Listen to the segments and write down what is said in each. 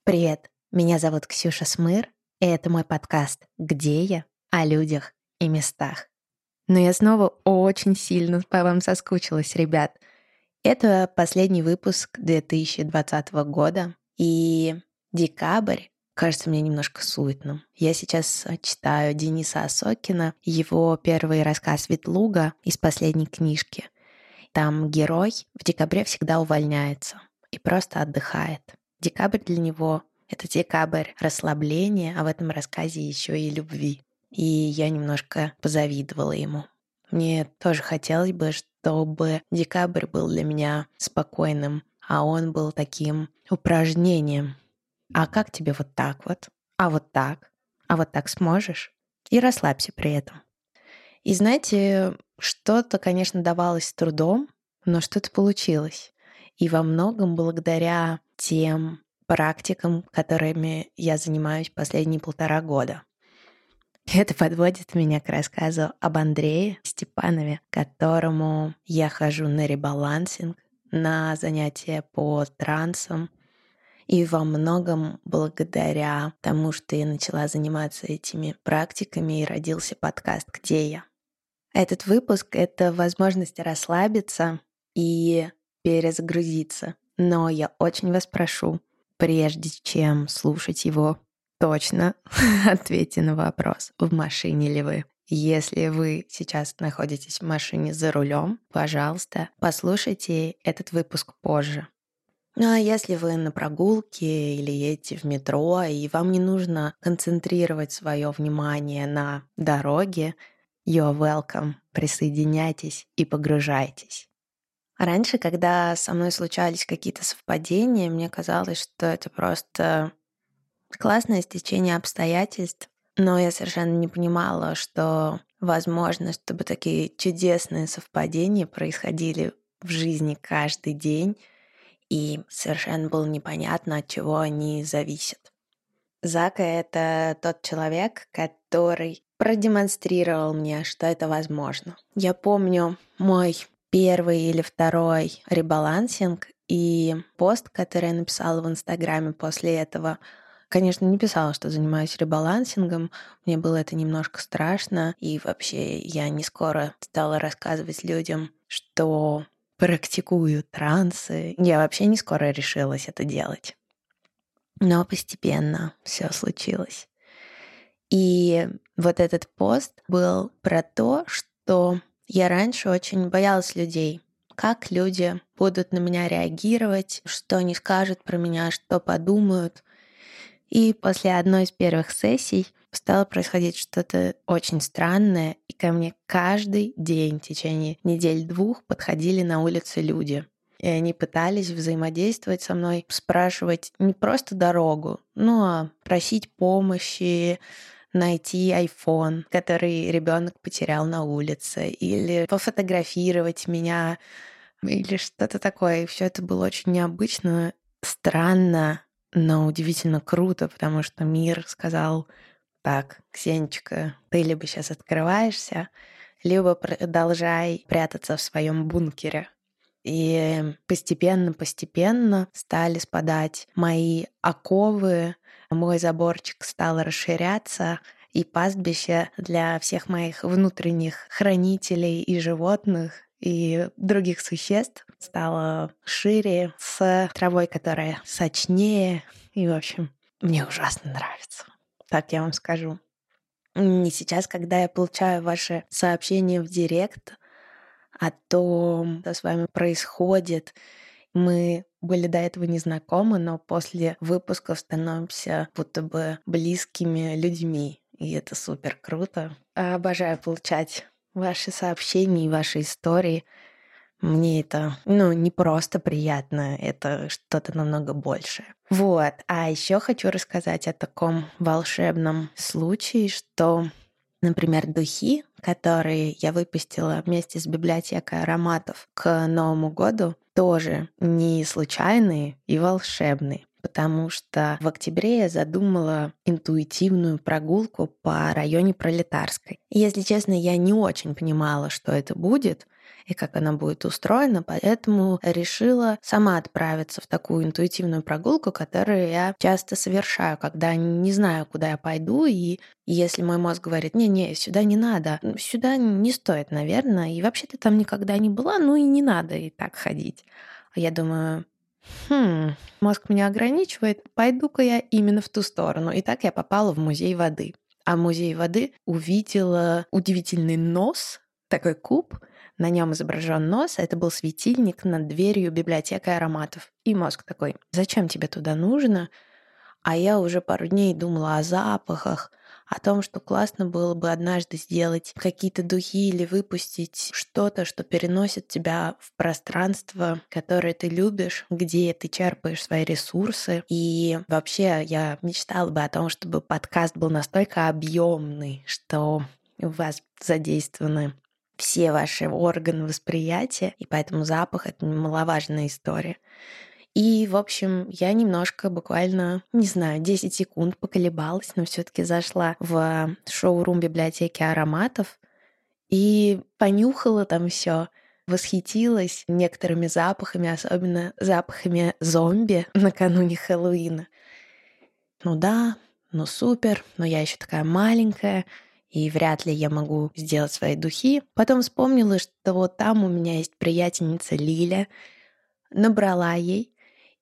Привет, меня зовут Ксюша Смыр, и это мой подкаст «Где я?» О людях и местах. Но я снова очень сильно по вам соскучилась, ребят. Это последний выпуск 2020 года, и декабрь кажется мне немножко суетным. Я сейчас читаю Дениса Осокина, его первый рассказ «Ветлуга» из последней книжки. Там герой в декабре всегда увольняется и просто отдыхает. Декабрь для него — это декабрь расслабления, а в этом рассказе еще и любви. И я немножко позавидовала ему. Мне тоже хотелось бы, чтобы декабрь был для меня спокойным, а он был таким упражнением. А как тебе вот так вот? А вот так? А вот так сможешь? И расслабься при этом. И знаете, что-то, конечно, давалось с трудом, но что-то получилось. И во многом благодаря тем практикам, которыми я занимаюсь последние 1,5 года. Это подводит меня к рассказу об Андрее Степанове, к которому я хожу на ребалансинг, на занятия по трансам. И во многом благодаря тому, что я начала заниматься этими практиками, и родился подкаст «Где я?». Этот выпуск — это возможность расслабиться и перезагрузиться. Но я очень вас прошу, прежде чем слушать его, точно ответьте на вопрос, в машине ли вы. Если вы сейчас находитесь в машине за рулем, пожалуйста, послушайте этот выпуск позже. Ну а если вы на прогулке или едете в метро, и вам не нужно концентрировать свое внимание на дороге, you're welcome. Присоединяйтесь и погружайтесь. Раньше, когда со мной случались какие-то совпадения, мне казалось, что это просто классное стечение обстоятельств, но я совершенно не понимала, что возможно, чтобы такие чудесные совпадения происходили в жизни каждый день, и совершенно было непонятно, от чего они зависят. Зака — это тот человек, который продемонстрировал мне, что это возможно. Я помню мой первый или второй ребалансинг и пост, который я написала в Инстаграме после этого. Конечно, не писала, что занимаюсь ребалансингом, мне было это немножко страшно, и вообще я не скоро стала рассказывать людям, что практикую трансы. Я вообще не скоро решилась это делать. Но постепенно все случилось. И вот этот пост был про то, что я раньше очень боялась людей, как люди будут на меня реагировать, что они скажут про меня, что подумают. И после одной из первых сессий стало происходить что-то очень странное, и ко мне каждый день в течение недель-двух подходили на улице люди. И они пытались взаимодействовать со мной, спрашивать не просто дорогу, а просить помощи, найти iPhone, который ребенок потерял на улице, или пофотографировать меня, или что-то такое. И все это было очень необычно, странно, но удивительно круто, потому что мир сказал: так, Ксенечка, ты либо сейчас открываешься, либо продолжай прятаться в своем бункере. И постепенно стали спадать мои оковы, мой заборчик стал расширяться, и пастбище для всех моих внутренних хранителей и животных, и других существ стало шире, с травой, которая сочнее. И, в общем, мне ужасно нравится. Так я вам скажу. И сейчас, когда я получаю ваши сообщения в директ о том, что с вами происходит, мы были до этого не знакомы, но после выпусков становимся будто бы близкими людьми. И это супер круто. Обожаю получать ваши сообщения и ваши истории. Мне это, не просто приятно, это что-то намного большее. Вот. А еще хочу рассказать о таком волшебном случае, что, например, духи, которые я выпустила вместе с библиотекой ароматов к Новому году, тоже не случайные и волшебные. Потому что в октябре я задумала интуитивную прогулку по районе Пролетарской. И, если честно, я не очень понимала, что это будет, и как она будет устроена, поэтому решила сама отправиться в такую интуитивную прогулку, которую я часто совершаю, когда не знаю, куда я пойду, и если мой мозг говорит: не-не, сюда не надо, сюда не стоит, наверное, и вообще ты там никогда не была, ну и не надо и так ходить. А я думаю: мозг меня ограничивает, пойду-ка я именно в ту сторону. И так я попала в музей воды. А в музее воды увидела удивительный нос, такой куб, на нем изображен нос, а это был светильник над дверью библиотеки ароматов. И мозг такой: зачем тебе туда нужно? А я уже пару дней думала о запахах, о том, что классно было бы однажды сделать какие-то духи или выпустить что-то, что переносит тебя в пространство, которое ты любишь, где ты черпаешь свои ресурсы. И вообще я мечтала бы о том, чтобы подкаст был настолько объемный, что у вас задействованы все ваши органы восприятия, и поэтому запах — это немаловажная история. И, в общем, я немножко, буквально, не знаю, 10 секунд поколебалась, но все-таки зашла в шоурум библиотеки ароматов и понюхала там все, восхитилась некоторыми запахами, особенно запахами зомби накануне Хэллоуина. Ну да, ну супер, но я еще такая маленькая, и вряд ли я могу сделать свои духи. Потом вспомнила, что вот там у меня есть приятельница Лиля, набрала ей,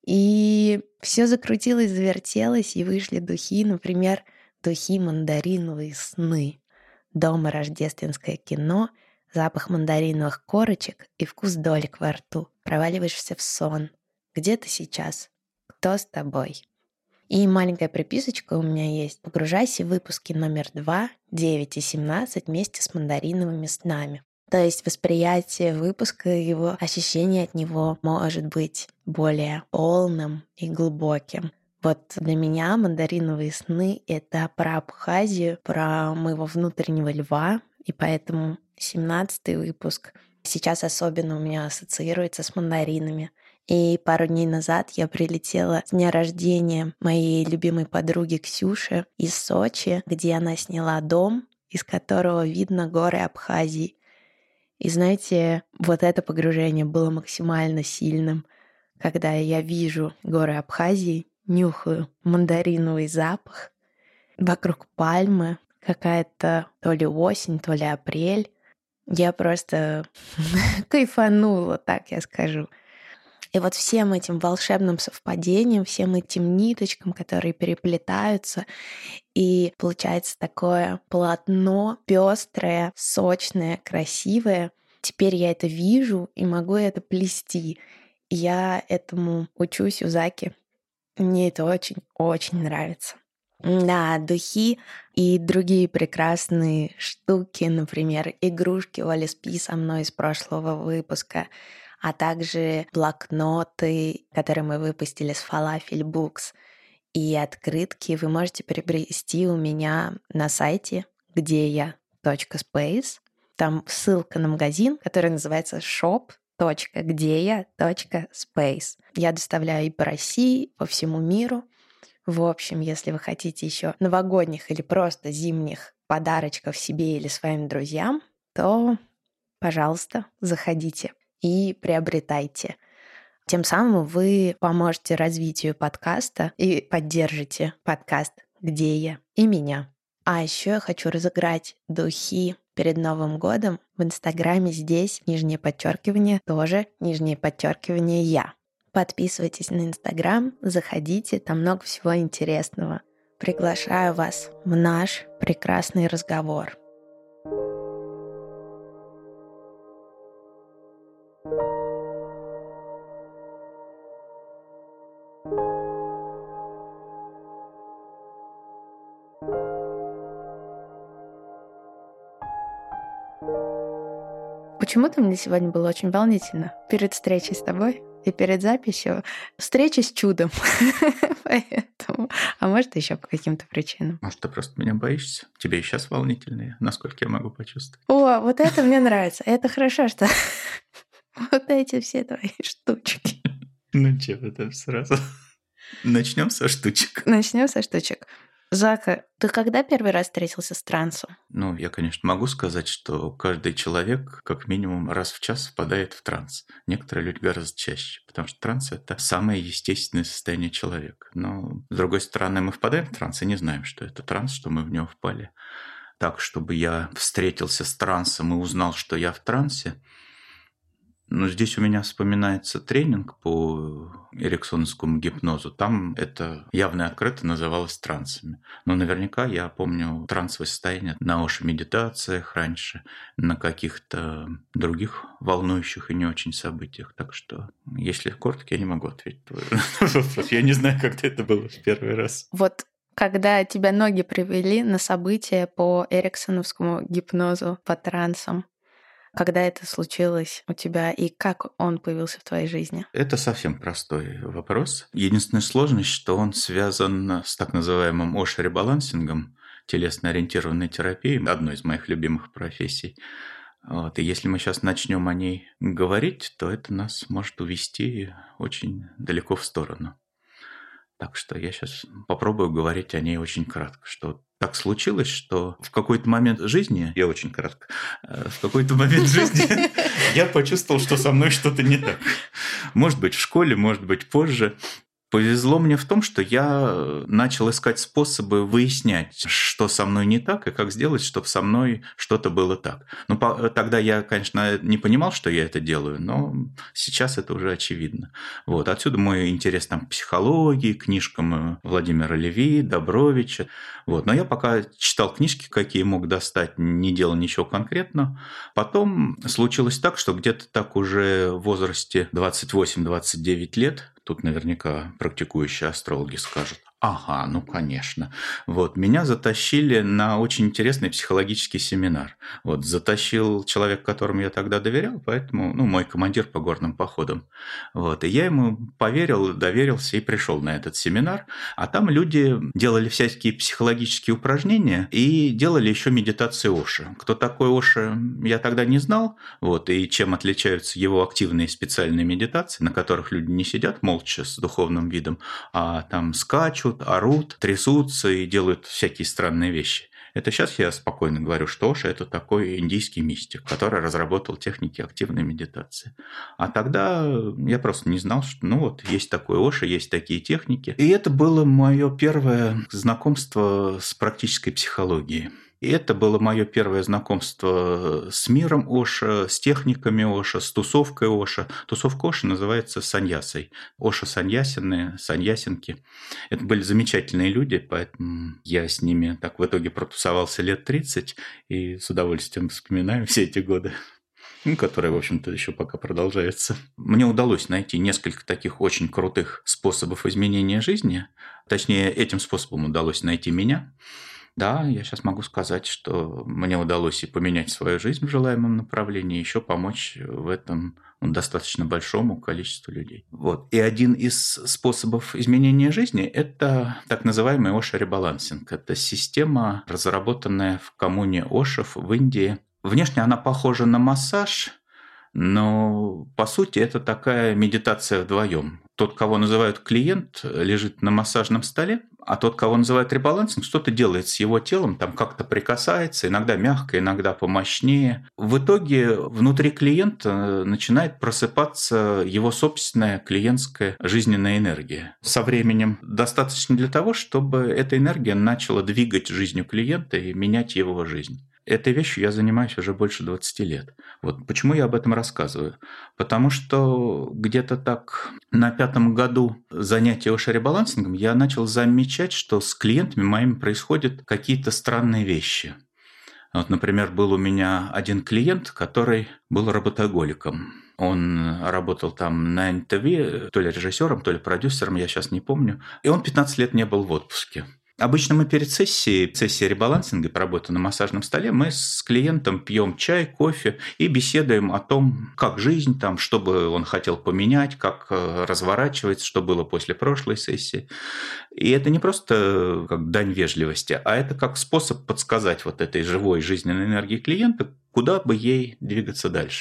и все закрутилось, завертелось, и вышли духи, например, духи «Мандариновые сны», «Дома рождественское кино», запах мандариновых корочек и вкус долек во рту. Проваливаешься в сон. Где ты сейчас? Кто с тобой? И маленькая приписочка у меня есть. Погружайся в выпуски номер 2, 9 и 17 вместе с мандариновыми снами. То есть восприятие выпуска, его ощущение от него может быть более полным и глубоким. Вот для меня мандариновые сны — это про Абхазию, про моего внутреннего льва, и поэтому 17-й выпуск сейчас особенно у меня ассоциируется с мандаринами. И пару дней назад я прилетела с дня рождения моей любимой подруги Ксюши из Сочи, где она сняла дом, из которого видно горы Абхазии. И знаете, вот это погружение было максимально сильным, когда я вижу горы Абхазии, нюхаю мандариновый запах, вокруг пальмы, какая-то то ли осень, то ли апрель. Я просто кайфанула, так я скажу. И вот всем этим волшебным совпадением, всем этим ниточкам, которые переплетаются, и получается такое полотно пестрое, сочное, красивое. Теперь я это вижу и могу это плести. И я этому учусь у Заки. Мне это очень-очень нравится. Да, духи и другие прекрасные штуки, например, игрушки Оли Спи со мной из прошлого выпуска, а также блокноты, которые мы выпустили с Falafel Books, и открытки вы можете приобрести у меня на сайте где я .space. Там ссылка на магазин, который называется shop.гдея.space. Я доставляю и по России, и по всему миру. В общем, если вы хотите еще новогодних или просто зимних подарочков себе или своим друзьям, то, пожалуйста, заходите и приобретайте. Тем самым вы поможете развитию подкаста и поддержите подкаст «Где я?» и меня. А еще я хочу разыграть духи перед Новым годом в Инстаграме здесь, нижнее подчеркивание, тоже нижнее подчеркивание «Я». Подписывайтесь на Инстаграм, заходите, там много всего интересного. Приглашаю вас в наш прекрасный разговор. Почему-то мне сегодня было очень волнительно перед встречей с тобой и перед записью. Встреча с чудом. Поэтому. А может, еще по каким-то причинам. Может, ты просто меня боишься? Тебе и сейчас волнительнее, насколько я могу почувствовать. О, вот это мне нравится. Это хорошо, что вот эти все твои штучки. Ну, чего это сразу? Начнем со штучек. Начнем со штучек. Зака, ты когда первый раз встретился с трансом? Я, конечно, могу сказать, что каждый человек как минимум раз в час впадает в транс. Некоторые люди гораздо чаще, потому что транс – это самое естественное состояние человека. Но, с другой стороны, мы впадаем в транс и не знаем, что это транс, что мы в него впали. Так, чтобы я встретился с трансом и узнал, что я в трансе, здесь у меня вспоминается тренинг по эриксоновскому гипнозу. Там это явно и открыто называлось трансами. Но наверняка я помню трансовое состояние на оши-медитациях раньше, на каких-то других волнующих и не очень событиях. Так что, если коротко, я не могу ответить на твой вопрос. Я не знаю, когда это было в первый раз. Вот когда тебя ноги привели на события по эриксоновскому гипнозу, по трансам, когда это случилось у тебя и как он появился в твоей жизни? Это совсем простой вопрос. Единственная сложность, что он связан с так называемым оши-ребалансингом, телесно-ориентированной терапией, одной из моих любимых профессий. И если мы сейчас начнем о ней говорить, то это нас может увести очень далеко в сторону. Так что я сейчас попробую говорить о ней очень кратко, что так случилось, что в какой-то момент жизни, я очень кратко, в какой-то момент жизни я почувствовал, что со мной что-то не так. Может быть, в школе, может быть, позже. Повезло мне в том, что я начал искать способы выяснять, что со мной не так, и как сделать, чтобы со мной что-то было так. Тогда я, конечно, не понимал, что я это делаю, но сейчас это уже очевидно. Отсюда мой интерес к психологии, книжкам Владимира Леви, Добровича. Но я пока читал книжки, какие мог достать, не делал ничего конкретного. Потом случилось так, что где-то так уже в возрасте 28-29 лет, тут наверняка практикующие астрологи скажут: ага, конечно. Меня затащили на очень интересный психологический семинар. Затащил человек, которому я тогда доверял, поэтому, мой командир по горным походам. И я ему поверил, доверился и пришел на этот семинар. А там люди делали всякие психологические упражнения и делали еще медитации Оши. Кто такой Оши, я тогда не знал. И чем отличаются его активные специальные медитации, на которых люди не сидят молча с духовным видом, а там скачут, орут, трясутся и делают всякие странные вещи. Это сейчас я спокойно говорю, что Оши – это такой индийский мистик, который разработал техники активной медитации. А тогда я просто не знал, что есть такой Оши, есть такие техники. И это было мое первое знакомство с практической психологией. И это было мое первое знакомство с миром Оша, с техниками Оша, с тусовкой Оша. Тусовка Оша называется саньясой. Оша-саньясины, саньясинки. Это были замечательные люди, поэтому я с ними так в итоге протусовался лет 30 и с удовольствием вспоминаю все эти годы, которые, в общем-то, еще пока продолжаются. Мне удалось найти несколько таких очень крутых способов изменения жизни. Точнее, этим способом удалось найти меня. Да, я сейчас могу сказать, что мне удалось и поменять свою жизнь в желаемом направлении, и еще помочь в этом достаточно большому количеству людей. И один из способов изменения жизни – это так называемый Оши-ребалансинг. Это система, разработанная в коммуне Ошев в Индии. Внешне она похожа на массаж, но по сути это такая медитация вдвоем. Тот, кого называют клиент, лежит на массажном столе, а тот, кого называют ребалансинг, что-то делает с его телом, там как-то прикасается, иногда мягко, иногда помощнее. В итоге внутри клиента начинает просыпаться его собственная клиентская жизненная энергия. Со временем достаточно для того, чтобы эта энергия начала двигать жизнью клиента и менять его жизнь. Этой вещью я занимаюсь уже больше 20 лет. Почему я об этом рассказываю? Потому что где-то так на 5-м году занятия оши-ребалансингом я начал замечать, что с клиентами моими происходят какие-то странные вещи. Например, был у меня один клиент, который был работоголиком. Он работал там на НТВ, то ли режиссером, то ли продюсером, я сейчас не помню. И он 15 лет не был в отпуске. Обычно мы перед сессией ребалансинга по работе на массажном столе, мы с клиентом пьем чай, кофе и беседуем о том, как жизнь, там, что бы он хотел поменять, как разворачивается, что было после прошлой сессии. И это не просто как дань вежливости, а это как способ подсказать этой живой жизненной энергии клиента, куда бы ей двигаться дальше.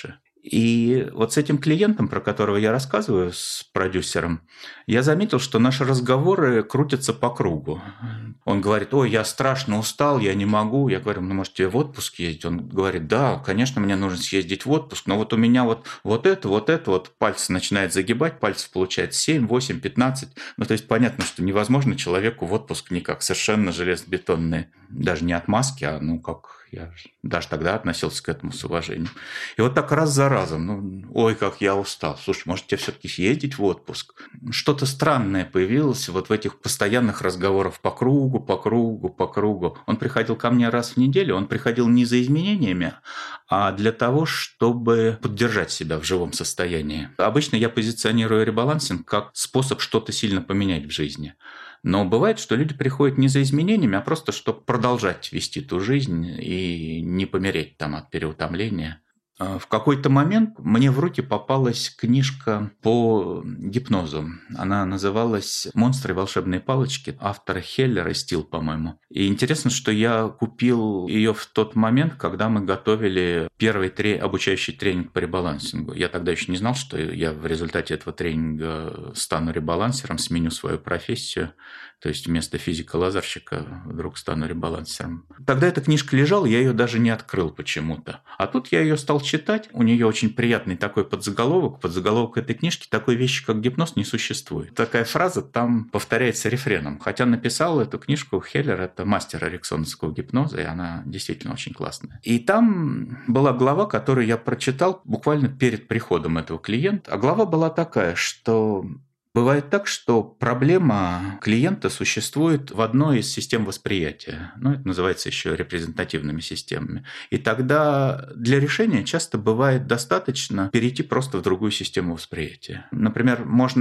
И вот с этим клиентом, про которого я рассказываю, с продюсером, я заметил, что наши разговоры крутятся по кругу. Он говорит: ой, я страшно устал, я не могу. Я говорю: ну, может, тебе в отпуск ездить? Он говорит: да, конечно, мне нужно съездить в отпуск, но вот у меня вот это, пальцы начинает загибать, пальцев получается 7, 8, 15. Ну, то есть понятно, что невозможно человеку в отпуск никак, совершенно железобетонные. Даже не отмазки, а как я даже тогда относился к этому с уважением. И вот так раз за разом, ой, как я устал. Слушай, может, тебе все-таки съездить в отпуск? Что-то странное появилось вот в этих постоянных разговорах по кругу, по кругу, по кругу. Он приходил ко мне раз в неделю, он приходил не за изменениями, а для того, чтобы поддержать себя в живом состоянии. Обычно я позиционирую ребалансинг как способ что-то сильно поменять в жизни. Но бывает, что люди приходят не за изменениями, а просто чтобы продолжать вести ту жизнь и не помереть там от переутомления. В какой-то момент мне в руки попалась книжка по гипнозу. Она называлась «Монстры и волшебные палочки», автора Хеллер и Стил, по-моему. И интересно, что я купил ее в тот момент, когда мы готовили первый обучающий тренинг по ребалансингу. Я тогда еще не знал, что я в результате этого тренинга стану ребалансером, сменю свою профессию. То есть вместо физика-лазерщика вдруг стану ребалансером. Тогда эта книжка лежала, я ее даже не открыл почему-то. А тут я ее стал читать. У нее очень приятный такой подзаголовок. Подзаголовок этой книжки: такой вещи, как гипноз, не существует. Такая фраза там повторяется рефреном. Хотя написал эту книжку Хеллер, это мастер эриксоновского гипноза, и она действительно очень классная. И там была глава, которую я прочитал буквально перед приходом этого клиента. А глава была такая, что бывает так, что проблема клиента существует в одной из систем восприятия. Это называется еще репрезентативными системами. И тогда для решения часто бывает достаточно перейти просто в другую систему восприятия. Например,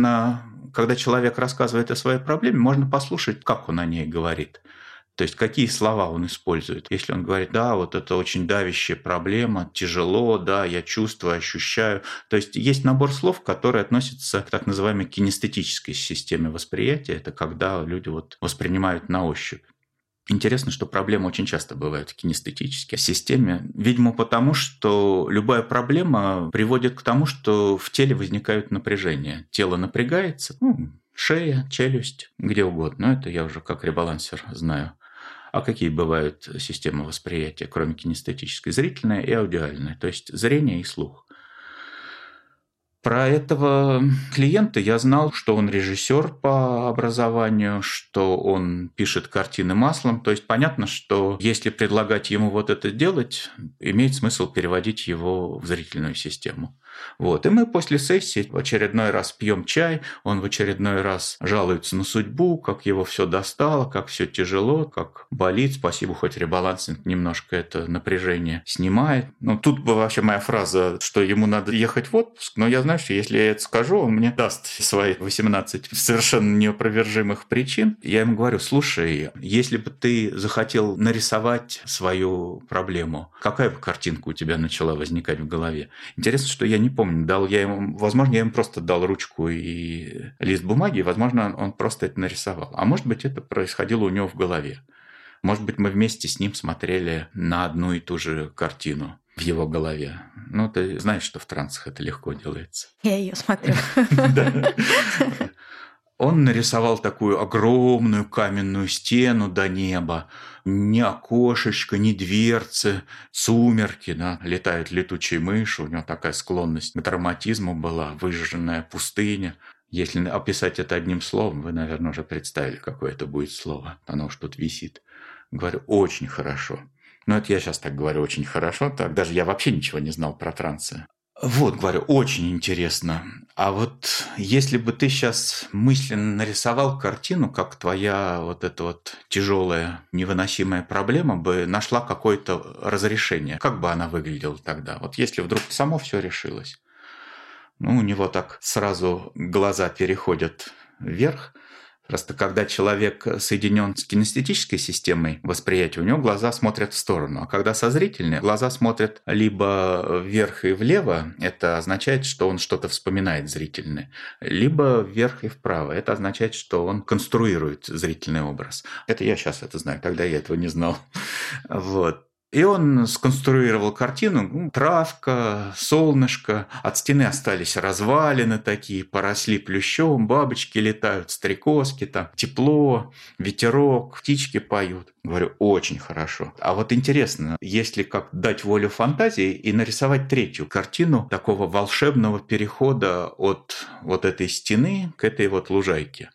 когда человек рассказывает о своей проблеме, можно послушать, как он о ней говорит. То есть какие слова он использует. Если он говорит: да, вот это очень давящая проблема, тяжело, да, я чувствую, ощущаю. То есть есть набор слов, которые относятся к так называемой кинестетической системе восприятия. Это когда люди воспринимают на ощупь. Интересно, что проблемы очень часто бывают в кинестетической системе. Видимо, потому что любая проблема приводит к тому, что в теле возникают напряжения. Тело напрягается, шея, челюсть, где угодно. Это я уже как ребалансер знаю. А какие бывают системы восприятия, кроме кинестетической? Зрительная и аудиальная, то есть зрение и слух. Про этого клиента я знал, что он режиссер по образованию, что он пишет картины маслом. То есть понятно, что если предлагать ему вот это делать, имеет смысл переводить его в зрительную систему. И мы после сессии в очередной раз пьем чай, он в очередной раз жалуется на судьбу, как его все достало, как все тяжело, как болит. Спасибо, хоть ребалансинг немножко это напряжение снимает. Тут была вообще моя фраза, что ему надо ехать в отпуск, но я знаю, что если я это скажу, он мне даст свои 18 совершенно неопровержимых причин. Я ему говорю: слушай, если бы ты захотел нарисовать свою проблему, какая бы картинка у тебя начала возникать в голове? Интересно, что я не помню, возможно, я ему просто дал ручку и лист бумаги, и, возможно, он просто это нарисовал. А может быть, это происходило у него в голове. Может быть, мы вместе с ним смотрели на одну и ту же картину в его голове. Ты знаешь, что в трансах это легко делается. Я ее смотрю. Он нарисовал такую огромную каменную стену до неба, ни окошечко, ни дверцы, сумерки, да, летают летучие мыши, у него такая склонность к драматизму была, выжженная пустыня. Если описать это одним словом, вы, наверное, уже представили, какое это будет слово. Оно уж тут висит. Говорю: очень хорошо. Это я сейчас так говорю: очень хорошо. Так даже я вообще ничего не знал про трансы. Говорю, очень интересно. А если бы ты сейчас мысленно нарисовал картину, как твоя эта тяжелая, невыносимая проблема бы нашла какое-то разрешение, как бы она выглядела тогда? Если вдруг само все решилось. У него так сразу глаза переходят вверх. Просто когда человек соединен с кинестетической системой восприятия, у него глаза смотрят в сторону. А когда со зрительной, глаза смотрят либо вверх и влево, это означает, что он что-то вспоминает зрительное, либо вверх и вправо. Это означает, что он конструирует зрительный образ. Это я сейчас это знаю, тогда я этого не знал. И он сконструировал картину, травка, солнышко, от стены остались развалины такие, поросли плющом, бабочки летают, стрекозки, там тепло, ветерок, птички поют. Говорю, очень хорошо. А вот интересно, если как дать волю фантазии и нарисовать третью картину такого волшебного перехода от вот этой стены к этой вот лужайке.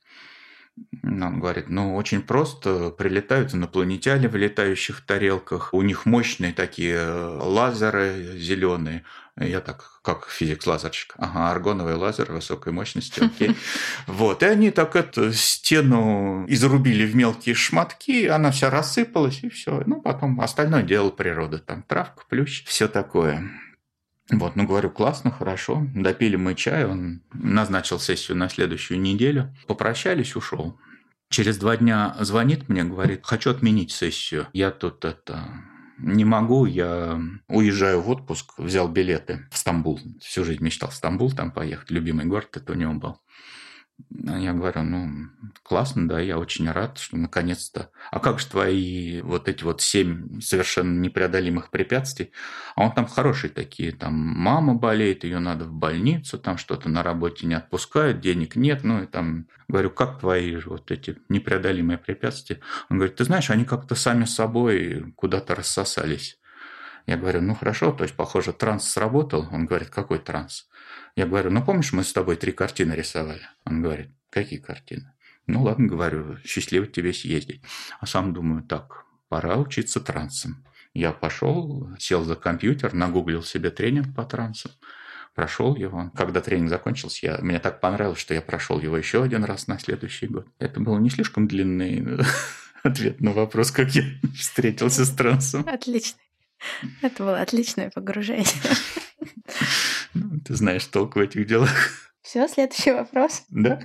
Он говорит, очень просто. Прилетают инопланетяне в летающих тарелках. У них мощные такие лазеры зеленые. Я так, как физик-лазерщик. Ага, аргоновый лазер высокой мощности, окей. Вот, и они так эту стену изрубили в мелкие шматки, она вся рассыпалась, и все. Потом остальное дело природа. Там травка, плющ, все такое. Вот, говорю, классно, хорошо. Допили мы чай, он назначил сессию на следующую неделю. Попрощались, ушел. Через 2 дня звонит мне, говорит, хочу отменить сессию. Я тут не могу, я уезжаю в отпуск, взял билеты в Стамбул. Всю жизнь мечтал в Стамбул там поехать, любимый город это у него был. Я говорю, классно, да, я очень рад, что наконец-то. А как же твои вот эти вот 7 совершенно непреодолимых препятствий? А он там хорошие такие, там мама болеет, ее надо в больницу, там что-то на работе не отпускают, денег нет, и там, говорю, как твои же вот эти непреодолимые препятствия? Он говорит, ты знаешь, они как-то сами собой куда-то рассосались. Я говорю, хорошо, то есть, похоже, транс сработал. Он говорит, какой транс? Я говорю, помнишь, мы с тобой 3 картины рисовали? Он говорит, какие картины? Ладно, говорю, счастливо тебе съездить. А сам думаю, так, пора учиться трансам. Я пошел, сел за компьютер, нагуглил себе тренинг по трансам, прошел его. Когда тренинг закончился, мне так понравилось, что я прошел его еще 1 раз на следующий год. Это был не слишком длинный ответ на вопрос, как я встретился с трансом. Отлично. Это было отличное погружение. Ты знаешь толк в этих делах. Все, следующий вопрос. Да.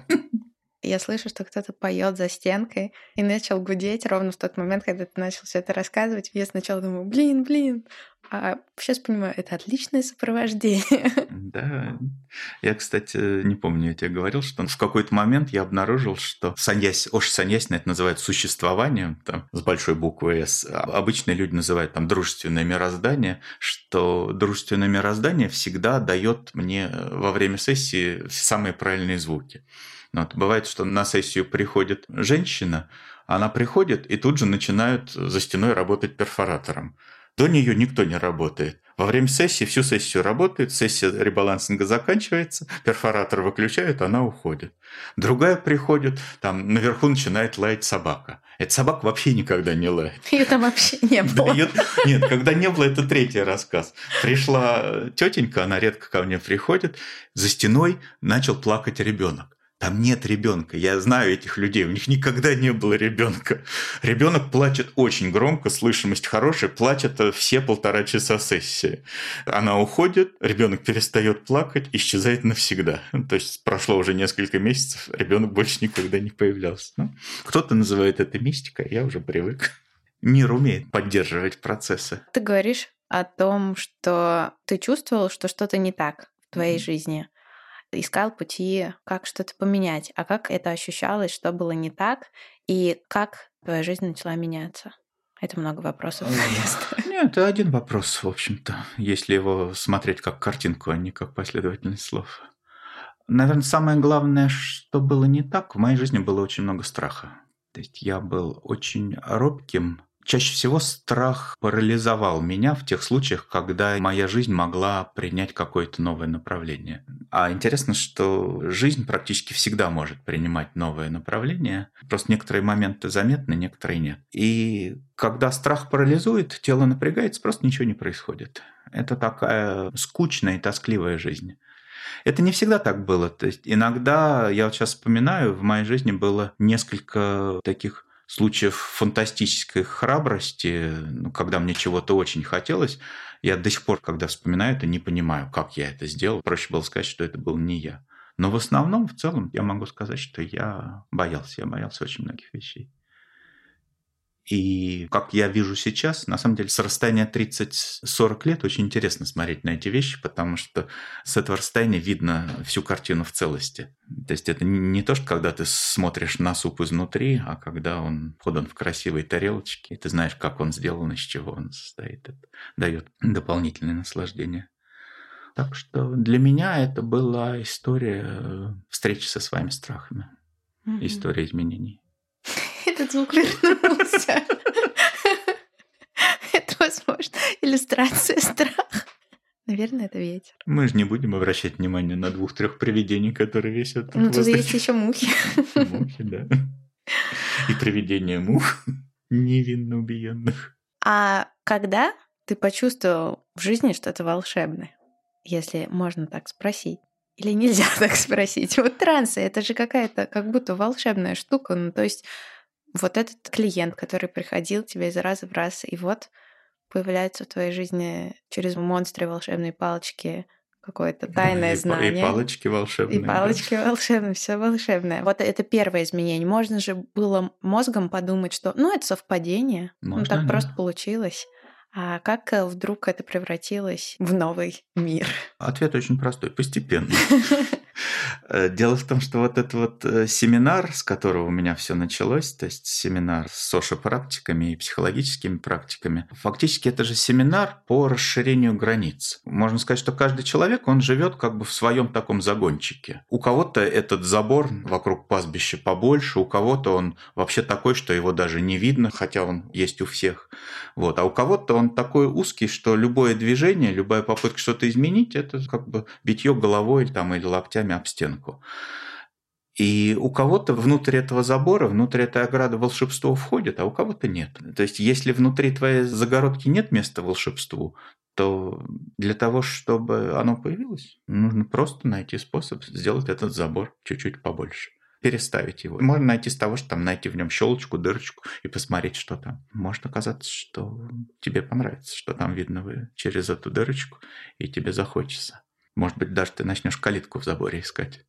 Я слышу, что кто-то поет за стенкой и начал гудеть ровно в тот момент, когда ты начал все это рассказывать. Я сначала думаю, блин. А сейчас понимаю, это отличное сопровождение. Да. Я, кстати, не помню, я тебе говорил, что в какой-то момент я обнаружил, что Ош Саньясина это называют существованием, там, с большой буквы «С». Обычные люди называют там дружественное мироздание, что дружественное мироздание всегда дает мне во время сессии самые правильные звуки. Бывает, что на сессию приходит женщина, она приходит и тут же начинают за стеной работать перфоратором. До нее никто не работает. Во время сессии всю сессию работает, сессия ребалансинга заканчивается, перфоратор выключают, она уходит. Другая приходит, там наверху начинает лаять собака. Эта собака вообще никогда не лает. Ее там вообще не было. Нет, когда не было, это 3-й рассказ. Пришла тетенька, она редко ко мне приходит, за стеной начал плакать ребенок. Там нет ребенка. Я знаю этих людей, у них никогда не было ребенка. Ребенок плачет очень громко, слышимость хорошая, плачет все 1,5 часа сессии. Она уходит, ребенок перестает плакать, исчезает навсегда. То есть прошло уже несколько месяцев, ребенок больше никогда не появлялся. Кто-то называет это мистикой, я уже привык. Мир умеет поддерживать процессы. Ты говоришь о том, что ты чувствовал, что что-то не так в твоей жизни. Искал пути, как что-то поменять. А как это ощущалось, что было не так, и как твоя жизнь начала меняться? Это много вопросов. Нет, это 1 вопрос, в общем-то, если его смотреть как картинку, а не как последовательность слов. Наверное, самое главное, что было не так, в моей жизни было очень много страха. То есть я был очень робким. Чаще всего страх парализовал меня в тех случаях, когда моя жизнь могла принять какое-то новое направление. А интересно, что жизнь практически всегда может принимать новое направление. Просто некоторые моменты заметны, некоторые нет. И когда страх парализует, тело напрягается, просто ничего не происходит. Это такая скучная и тоскливая жизнь. Это не всегда так было. То есть иногда, я вот сейчас вспоминаю, в моей жизни было несколько таких случаев фантастической храбрости, когда мне чего-то очень хотелось. Я до сих пор, когда вспоминаю это, не понимаю, как я это сделал. Проще было сказать, что это был не я. Но в основном, в целом, я могу сказать, что я боялся очень многих вещей. И как я вижу сейчас, на самом деле, с расстояния 30-40 лет очень интересно смотреть на эти вещи, потому что с этого расстояния видно всю картину в целости. То есть это не то, что когда ты смотришь на суп изнутри, а когда он подан в красивой тарелочке, и ты знаешь, как он сделан, из чего он состоит. Это дает дополнительное наслаждение. Так что для меня это была история встречи со своими страхами, история изменений. Этот звук вернулся. Это, возможно, иллюстрация страха. Наверное, это ветер. Мы же не будем обращать внимание на 2-3 привидений, которые висят в Ну, тут воздухе. есть еще мухи. Мухи, да. И привидения мух невинно убиенных. А когда ты почувствовал в жизни что-то волшебное? Если можно так спросить. Или нельзя так спросить? Вот трансы, это же какая-то как будто волшебная штука. Ну, то есть вот этот клиент, который приходил к тебе из раза в раз, и вот появляется в твоей жизни через монстры волшебные палочки какое-то тайное знание. И палочки волшебные. И палочки волшебные, все волшебное. Вот это первое изменение. Можно же было мозгом подумать, что это совпадение. Можно, так да. просто получилось. А как вдруг это превратилось в новый мир? Ответ очень простой. Постепенно. Дело в том, что вот этот вот семинар, с которого у меня все началось, то есть семинар с сошо-практиками и психологическими практиками, фактически это же семинар по расширению границ. Можно сказать, что каждый человек, он живет как бы в своем таком загончике. У кого-то этот забор вокруг пастбища побольше, у кого-то он вообще такой, что его даже не видно, хотя он есть у всех. Вот. А у кого-то он такой узкий, что любое движение, любая попытка что-то изменить, это как бы битье головой там, или локтями об стенку. И у кого-то внутрь этого забора, внутрь этой ограды волшебство входит, а у кого-то нет. То есть если внутри твоей загородки нет места волшебству, то для того, чтобы оно появилось, нужно просто найти способ сделать этот забор чуть-чуть побольше. Переставить его. Можно найти с того, что там найти в нем щелочку, дырочку и посмотреть, что там. Может оказаться, что тебе понравится, что там видно через эту дырочку, и тебе захочется. Может быть, даже ты начнешь калитку в заборе искать.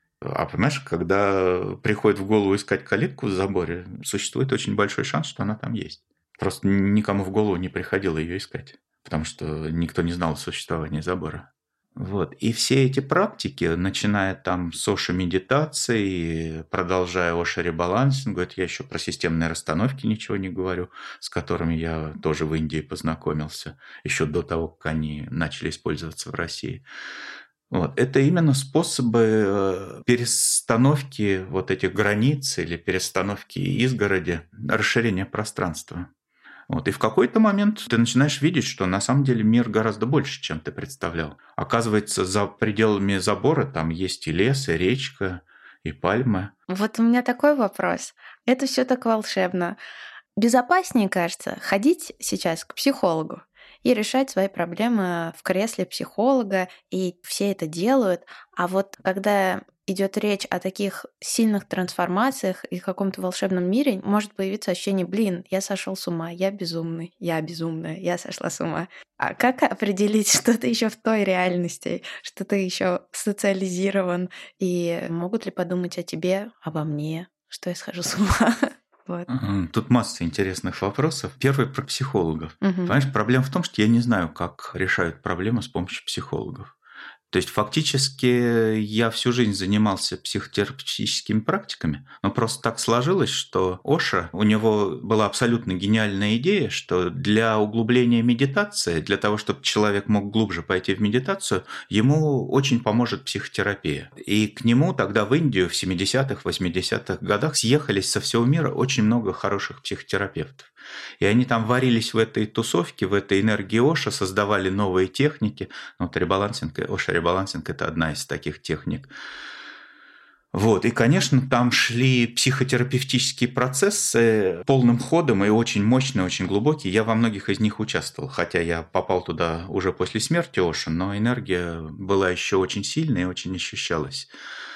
А понимаешь, когда приходит в голову искать калитку в заборе, существует очень большой шанс, что она там есть. Просто никому в голову не приходило ее искать, потому что никто не знал о существовании забора. Вот. И все эти практики, начиная там с ошо-медитации, продолжая ошо-ребалансингу, это я еще про системные расстановки ничего не говорю, с которыми я тоже в Индии познакомился, еще до того, как они начали использоваться в России. Вот. Это именно способы перестановки вот этих границ или перестановки изгороди, расширения пространства. Вот. И в какой-то момент ты начинаешь видеть, что на самом деле мир гораздо больше, чем ты представлял. Оказывается, за пределами забора там есть и лес, и речка, и пальмы. Вот у меня такой вопрос. Это все так волшебно. Безопаснее, кажется, ходить сейчас к психологу и решать свои проблемы в кресле психолога, и все это делают. А вот когда идет речь о таких сильных трансформациях и каком-то волшебном мире, может появиться ощущение: я сошел с ума, я безумный, я безумная, я сошла с ума. А как определить, что ты еще в той реальности, что ты еще социализирован, и могут ли подумать о тебе, обо мне, что я схожу с ума? Вот. Тут масса интересных вопросов. Первый про психологов. Понимаешь, проблема в том, что я не знаю, как решают проблемы с помощью психологов. То есть фактически я всю жизнь занимался психотерапевтическими практиками, но просто так сложилось, что Ошо, у него была абсолютно гениальная идея, что для углубления медитации, для того, чтобы человек мог глубже пойти в медитацию, ему очень поможет психотерапия. И к нему тогда в Индию в 70-х, 80-х годах съехались со всего мира очень много хороших психотерапевтов. И они там варились в этой тусовке, в этой энергии Ошо, создавали новые техники. Вот ребалансинг, Ошо-ребалансинг – это одна из таких техник. Вот. И, конечно, там шли психотерапевтические процессы полным ходом и очень мощные, очень глубокие. Я во многих из них участвовал, хотя я попал туда уже после смерти Ошо, но энергия была еще очень сильная и очень ощущалась.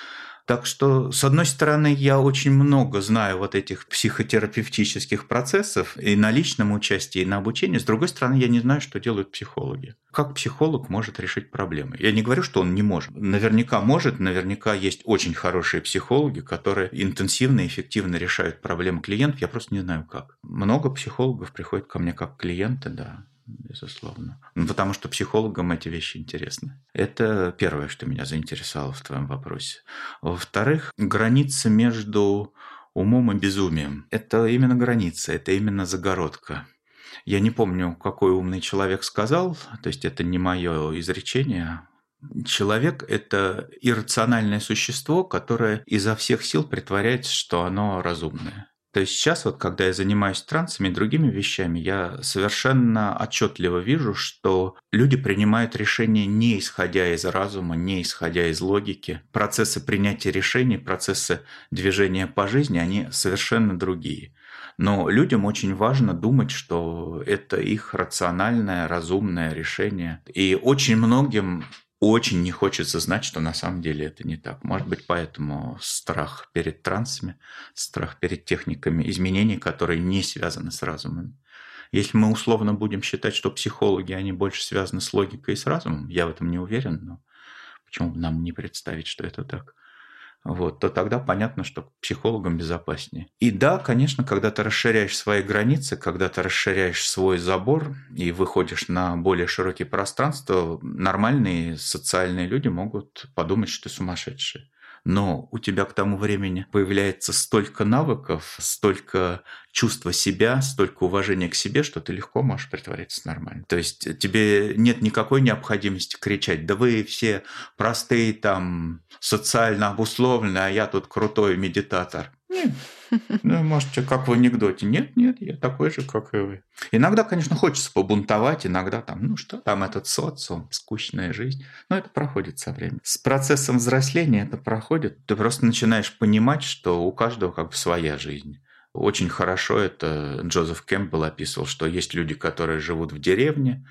Так что, с одной стороны, я очень много знаю вот этих психотерапевтических процессов и на личном участии, и на обучении. С другой стороны, я не знаю, что делают психологи. Как психолог может решить проблемы? Я не говорю, что он не может. Наверняка может, наверняка есть очень хорошие психологи, которые интенсивно и эффективно решают проблемы клиентов. Я просто не знаю, как. Много психологов приходят ко мне как клиенты, да. Безусловно. Потому что психологам эти вещи интересны. Это первое, что меня заинтересовало в твоем вопросе. Во-вторых, граница между умом и безумием. Это именно граница, это именно загородка. Я не помню, какой умный человек сказал, то есть это не мое изречение. Человек – это иррациональное существо, которое изо всех сил притворяется, что оно разумное. То есть сейчас, вот, когда я занимаюсь трансами и другими вещами, я совершенно отчетливо вижу, что люди принимают решения не исходя из разума, не исходя из логики. Процессы принятия решений, процессы движения по жизни, они совершенно другие. Но людям очень важно думать, что это их рациональное, разумное решение. И очень многим очень не хочется знать, что на самом деле это не так. Может быть, поэтому страх перед трансами, страх перед техниками изменений, которые не связаны с разумом. Если мы условно будем считать, что психологи, они больше связаны с логикой и с разумом, я в этом не уверен, но почему бы нам не представить, что это так? Вот, то тогда понятно, что психологам безопаснее. И да, конечно, когда ты расширяешь свои границы, когда ты расширяешь свой забор и выходишь на более широкие пространства, нормальные социальные люди могут подумать, что ты сумасшедший. Но у тебя к тому времени появляется столько навыков, столько чувства себя, столько уважения к себе, что ты легко можешь притвориться нормально. То есть тебе нет никакой необходимости кричать: да вы все простые, там, социально обусловленные, а я тут крутой медитатор. Нет. Ну, можете, как в анекдоте. Нет, я такой же, как и вы. Иногда, конечно, хочется побунтовать, иногда там, ну что там этот социум, скучная жизнь. Но это проходит со временем. С процессом взросления это проходит. Ты просто начинаешь понимать, что у каждого как бы своя жизнь. Очень хорошо это Джозеф Кэмпбелл описывал, что есть люди, которые живут в деревне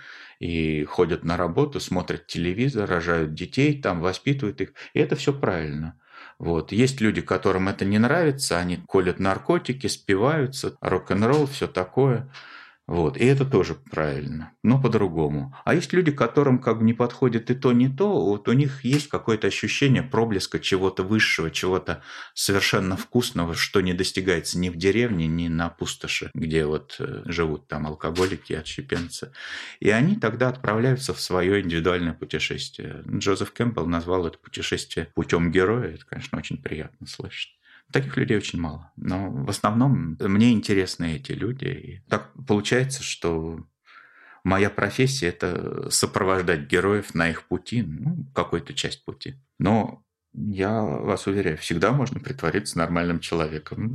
и ходят на работу, смотрят телевизор, рожают детей, там воспитывают их. И это все правильно. Вот. Есть люди, которым это не нравится, они колят наркотики, спиваются, рок-н-ролл, все такое. Вот. И это тоже правильно, но по-другому. А есть люди, которым как бы не подходит и то, не то, вот у них есть какое-то ощущение проблеска чего-то высшего, чего-то совершенно вкусного, что не достигается ни в деревне, ни на пустоши, где вот живут там алкоголики, отщепенцы. И они тогда отправляются в свое индивидуальное путешествие. Джозеф Кэмпбелл назвал это путешествие путем героя. Это, конечно, очень приятно слышать. Таких людей очень мало. Но в основном мне интересны эти люди. И так получается, что моя профессия – это сопровождать героев на их пути, ну, какую-то часть пути. Но я вас уверяю, всегда можно притвориться нормальным человеком.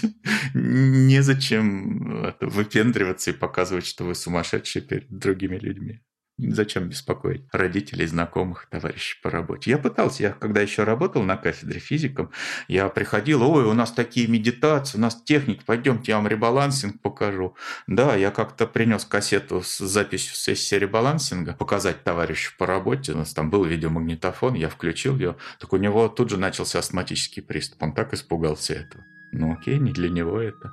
Незачем выпендриваться и показывать, что вы сумасшедший перед другими людьми. Зачем беспокоить родителей, знакомых, товарищей по работе? Я пытался, когда еще работал на кафедре физиком, я приходил: ой, у нас такие медитации, у нас техники, пойдемте, я вам ребалансинг покажу. Да, я как-то принес кассету с записью сессии ребалансинга, показать товарищу по работе, у нас там был видеомагнитофон, я включил ее, так у него тут же начался астматический приступ, он так испугался этого. Ну окей, не для него это.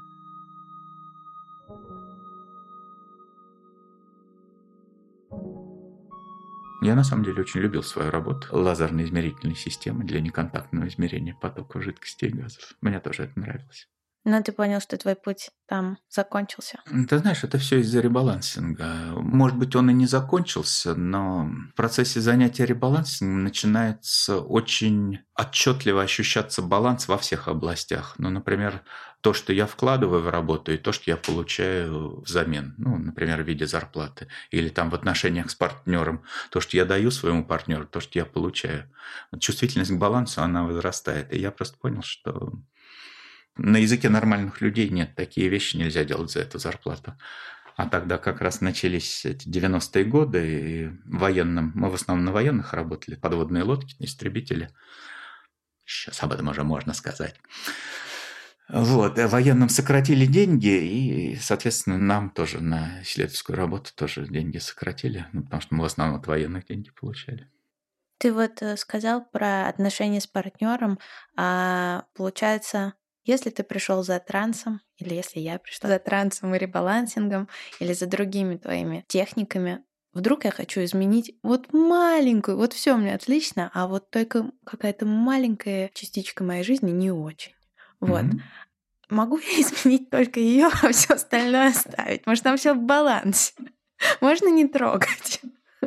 Я на самом деле очень любил свою работу. Лазерные измерительные системы для неконтактного измерения потоков жидкостей и газов. Мне тоже это нравилось. Но ты понял, что твой путь там закончился. Ты знаешь, это все из-за ребалансинга. Может быть, он и не закончился, но в процессе занятия ребалансингом начинается очень отчетливо ощущаться баланс во всех областях. Ну, например, то, что я вкладываю в работу, и то, что я получаю взамен. Ну, например, в виде зарплаты. Или там в отношениях с партнером. То, что я даю своему партнеру, то, что я получаю. Чувствительность к балансу, она возрастает. И я просто понял, что на языке нормальных людей нет, такие вещи нельзя делать за эту зарплату. А тогда как раз начались эти 90-е годы, и военным, мы в основном на военных работали, подводные лодки, истребители. Сейчас об этом уже можно сказать. Вот, военным сократили деньги, и, соответственно, нам тоже на исследовательскую работу тоже деньги сократили, потому что мы в основном от военных деньги получали. Ты вот сказал про отношения с партнером, получается, если ты пришел за трансом, или если я пришла за трансом и ребалансингом, или за другими твоими техниками, вдруг я хочу изменить вот маленькую, вот все у меня отлично, а вот только какая-то маленькая частичка моей жизни не очень. Вот. Мгм. Могу я изменить только ее, а все остальное оставить? Может, там все в балансе? Можно не трогать?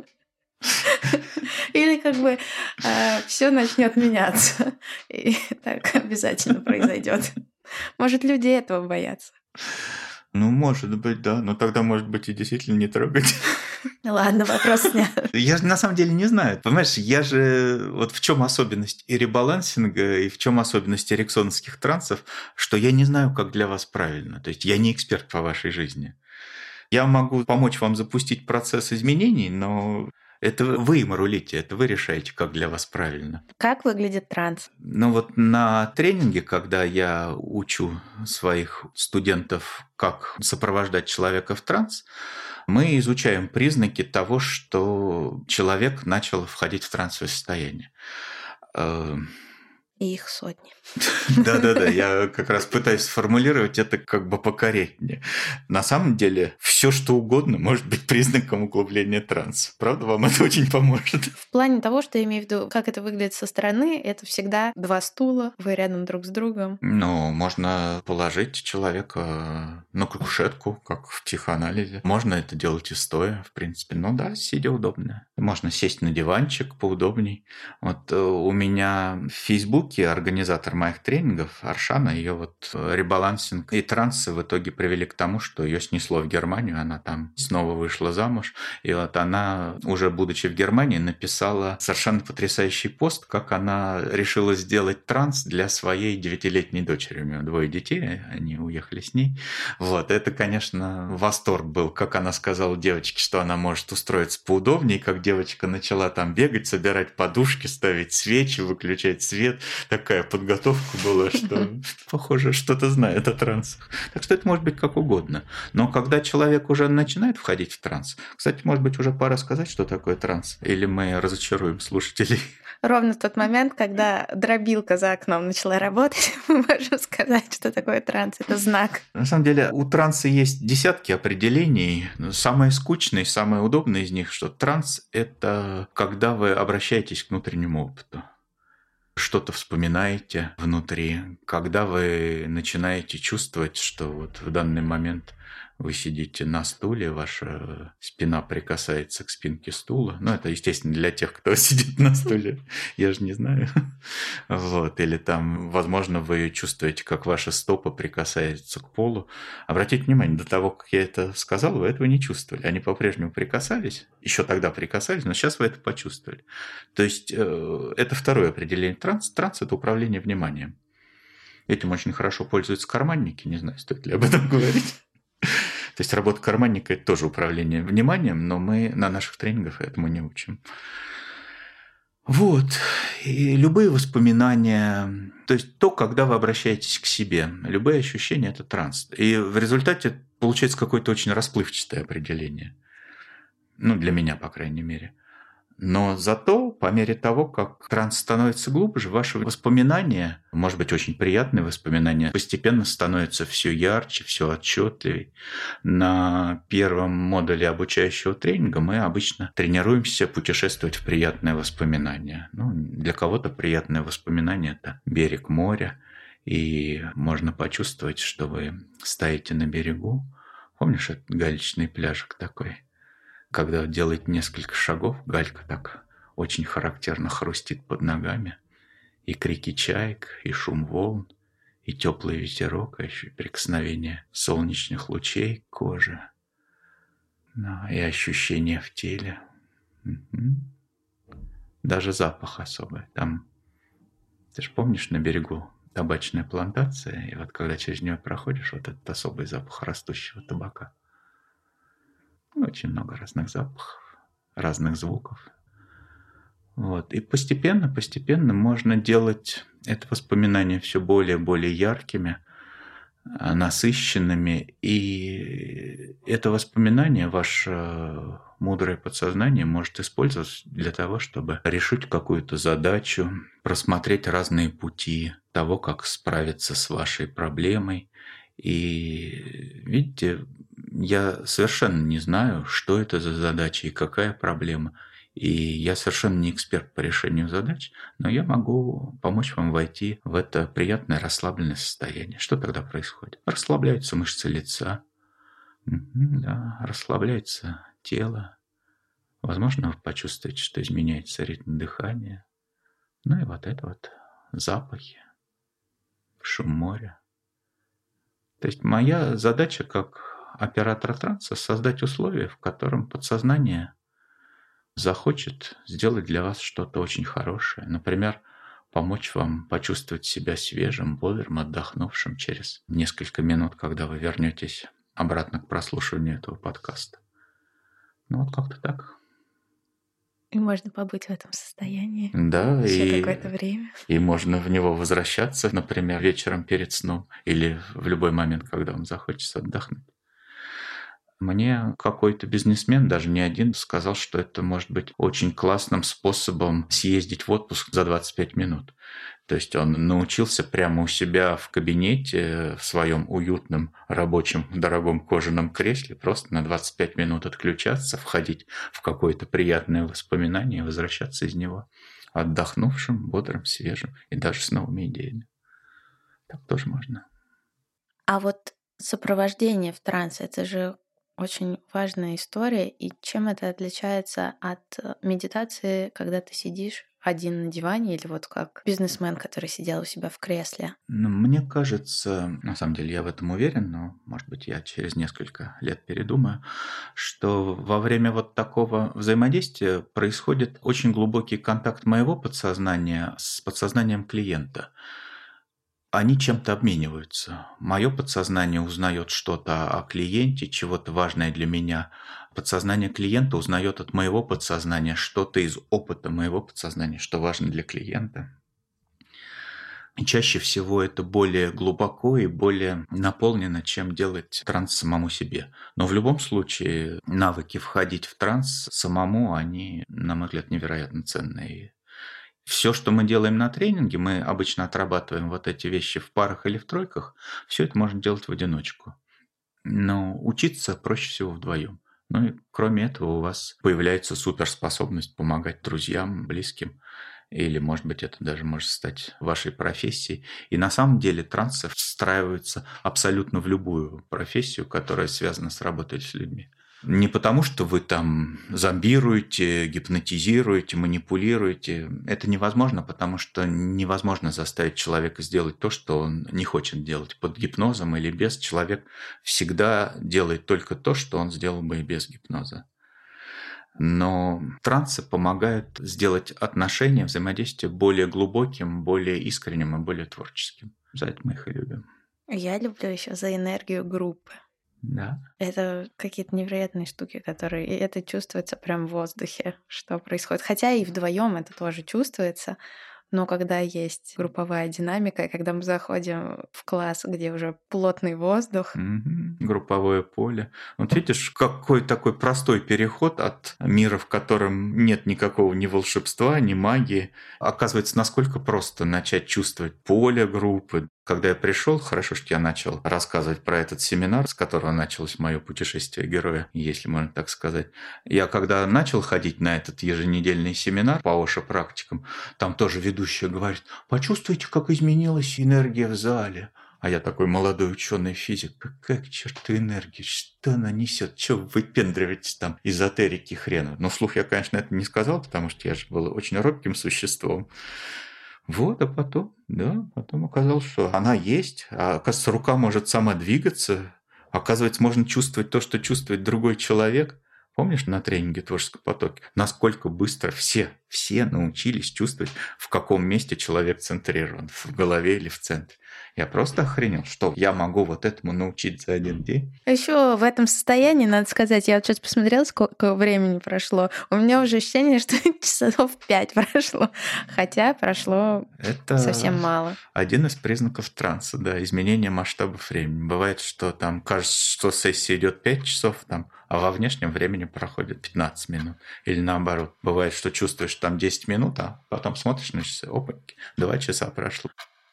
Или как бы все начнет меняться. И так обязательно произойдет. Может, люди этого боятся. Ну, может быть, да. Но тогда, может быть, и действительно не трогать. Ладно, вопрос снят. Я же на самом деле не знаю. Понимаешь, я же... Вот в чем особенность и ребалансинга, и в чем особенность эриксоновских трансов, что я не знаю, как для вас правильно. То есть я не эксперт по вашей жизни. Я могу помочь вам запустить процесс изменений, но это вы им рулите, это вы решаете, как для вас правильно. Как выглядит транс? Ну вот на тренинге, когда я учу своих студентов, как сопровождать человека в транс, мы изучаем признаки того, что человек начал входить в трансовое состояние. И их сотни. Да-да-да, я как раз пытаюсь сформулировать это как бы покорректнее. На самом деле, все что угодно может быть признаком углубления транса. Правда, вам это очень поможет? В плане того, что я имею в виду, как это выглядит со стороны, это всегда два стула, вы рядом друг с другом. Ну, можно положить человека на кушетку, как в психоанализе. Можно это делать и стоя, в принципе. Ну да, сидя удобно. Можно сесть на диванчик поудобней. Вот у меня в Фейсбуке организатор моих тренингов, Аршана, ее вот ребалансинг и трансы в итоге привели к тому, что ее снесло в Германию, она там снова вышла замуж, и вот она, уже будучи в Германии, написала совершенно потрясающий пост, как она решила сделать транс для своей 9-летней дочери. У нее 2 детей, они уехали с ней. Вот, это, конечно, восторг был, как она сказала девочке, что она может устроиться поудобнее, как девочка начала там бегать, собирать подушки, ставить свечи, выключать свет. Такая подготовка была, что, похоже, что-то знает о трансах. Так что это может быть как угодно. Но когда человек уже начинает входить в транс, кстати, может быть, уже пора сказать, что такое транс, или мы разочаруем слушателей. Ровно в тот момент, когда дробилка за окном начала работать, мы можем сказать, что такое транс. Это знак. На самом деле у транса есть десятки определений. Самое скучное и самое удобное из них, что транс – это когда вы обращаетесь к внутреннему опыту. Что-то вспоминаете внутри, когда вы начинаете чувствовать, что вот в данный момент вы сидите на стуле, ваша спина прикасается к спинке стула. Ну, это, естественно, для тех, кто сидит на стуле. Я же не знаю. Вот. Или там, возможно, вы чувствуете, как ваша стопа прикасается к полу. Обратите внимание, до того, как я это сказал, вы этого не чувствовали. Они по-прежнему прикасались, еще тогда прикасались, но сейчас вы это почувствовали. То есть это второе определение транс. Транс – это управление вниманием. Этим очень хорошо пользуются карманники. Не знаю, стоит ли об этом говорить. То есть работа карманника – это тоже управление вниманием, но мы на наших тренингах этому не учим. Вот. И любые воспоминания, то есть то, когда вы обращаетесь к себе, любые ощущения – это транс. И в результате получается какое-то очень расплывчатое определение. Ну, для меня, по крайней мере. Но зато, по мере того, как транс становится глубже, ваши воспоминания, может быть, очень приятные воспоминания, постепенно становятся все ярче, все отчетливее. На первом модуле обучающего тренинга мы обычно тренируемся путешествовать в приятные воспоминания. Ну, для кого-то приятное воспоминание – это берег моря, и можно почувствовать, что вы стоите на берегу. Помнишь этот галечный пляжик такой? Когда делает несколько шагов, галька так очень характерно хрустит под ногами. И крики чаек, и шум волн, и теплый ветерок, а еще и прикосновение солнечных лучей к коже. И ощущения в теле. Даже запах особый. Там, ты же помнишь, на берегу табачная плантация, и вот когда через нее проходишь, вот этот особый запах растущего табака. Очень много разных запахов, разных звуков. Вот. И постепенно можно делать это воспоминание все более и более яркими, насыщенными. И это воспоминание, ваш мудрое подсознание может использовать для того, чтобы решить какую-то задачу, просмотреть разные пути того, как справиться с вашей проблемой. И видите, я совершенно не знаю, что это за задача и какая проблема. И я совершенно не эксперт по решению задач, но я могу помочь вам войти в это приятное расслабленное состояние. Что тогда происходит? Расслабляются мышцы лица, да, расслабляется тело. Возможно, вы почувствуете, что изменяется ритм дыхания. Ну и вот это вот запахи, шум моря. То есть моя задача как оператора транса создать условия, в котором подсознание захочет сделать для вас что-то очень хорошее. Например, помочь вам почувствовать себя свежим, бодрым, отдохнувшим через несколько минут, когда вы вернетесь обратно к прослушиванию этого подкаста. Ну вот как-то так. И можно побыть в этом состоянии Да, еще какое-то время. И можно в него возвращаться, например, вечером перед сном или в любой момент, когда вам захочется отдохнуть. Мне какой-то бизнесмен, даже не один, сказал, что это может быть очень классным способом съездить в отпуск за 25 минут. То есть он научился прямо у себя в кабинете, в своем уютном рабочем дорогом кожаном кресле просто на 25 минут отключаться, входить в какое-то приятное воспоминание и возвращаться из него отдохнувшим, бодрым, свежим и даже с новыми идеями. Так тоже можно. А вот сопровождение в трансе — это же очень важная история. И чем это отличается от медитации, когда ты сидишь один на диване, или вот как бизнесмен, который сидел у себя в кресле? Ну, мне кажется, на самом деле я в этом уверен, но, может быть, я через несколько лет передумаю, что во время вот такого взаимодействия происходит очень глубокий контакт моего подсознания с подсознанием клиента. Они чем-то обмениваются. Мое подсознание узнает что-то о клиенте, чего-то важное для меня. Подсознание клиента узнает от моего подсознания что-то из опыта моего подсознания, что важно для клиента. И чаще всего это более глубоко и более наполнено, чем делать транс самому себе. Но в любом случае навыки входить в транс самому, они, на мой взгляд, невероятно ценные. Все, что мы делаем на тренинге, мы обычно отрабатываем вот эти вещи в парах или в тройках, все это можно делать в одиночку. Но учиться проще всего вдвоем. Ну и кроме этого у вас появляется суперспособность помогать друзьям, близким. Или, может быть, это даже может стать вашей профессией. И на самом деле трансы встраиваются абсолютно в любую профессию, которая связана с работой с людьми. Не потому, что вы там зомбируете, гипнотизируете, манипулируете. Это невозможно, потому что невозможно заставить человека сделать то, что он не хочет делать. Под гипнозом или без человек всегда делает только то, что он сделал бы и без гипноза. Но трансы помогают сделать отношения, взаимодействие более глубоким, более искренним и более творческим. За это мы их и любим. Я люблю еще за энергию группы. Да. Это какие-то невероятные штуки, которые... И это чувствуется прям в воздухе, что происходит. Хотя и вдвоем это тоже чувствуется. Но когда есть групповая динамика, и когда мы заходим в класс, где уже плотный воздух... Групповое поле. Вот видишь, какой такой простой переход от мира, в котором нет никакого ни волшебства, ни магии. Оказывается, насколько просто начать чувствовать поле группы. Когда я пришел, хорошо, что я начал рассказывать про этот семинар, с которого началось мое путешествие героя, если можно так сказать. Я когда начал ходить на этот еженедельный семинар по ОШО-практикам, там тоже ведущая говорит: почувствуйте, как изменилась энергия в зале. А я такой молодой ученый физик. Какая к черту энергия? Что она несет? Что вы выпендриваетесь там, эзотерики хрена? Но вслух я, конечно, это не сказал, потому что я же был очень робким существом. Вот, а потом оказалось, что она есть. А, оказывается, рука может сама двигаться. Оказывается, можно чувствовать то, что чувствует другой человек. Помнишь на тренинге «Творческом потоке»? Насколько быстро все все научились чувствовать, в каком месте человек центрирован, в голове или в центре. Я просто охренел, что я могу вот этому научить за один день. Еще в этом состоянии, надо сказать, я вот сейчас посмотрела, сколько времени прошло. У меня уже ощущение, что часов 5 прошло, хотя прошло совсем мало. Один из признаков транса, да, изменение масштабов времени. Бывает, что там кажется, что сессия идет 5 часов, там, а во внешнем времени проходит 15 минут. Или наоборот. Бывает, что чувствуешь там 10 минут, а потом смотришь на часы, опаньки, 2 часа прошло.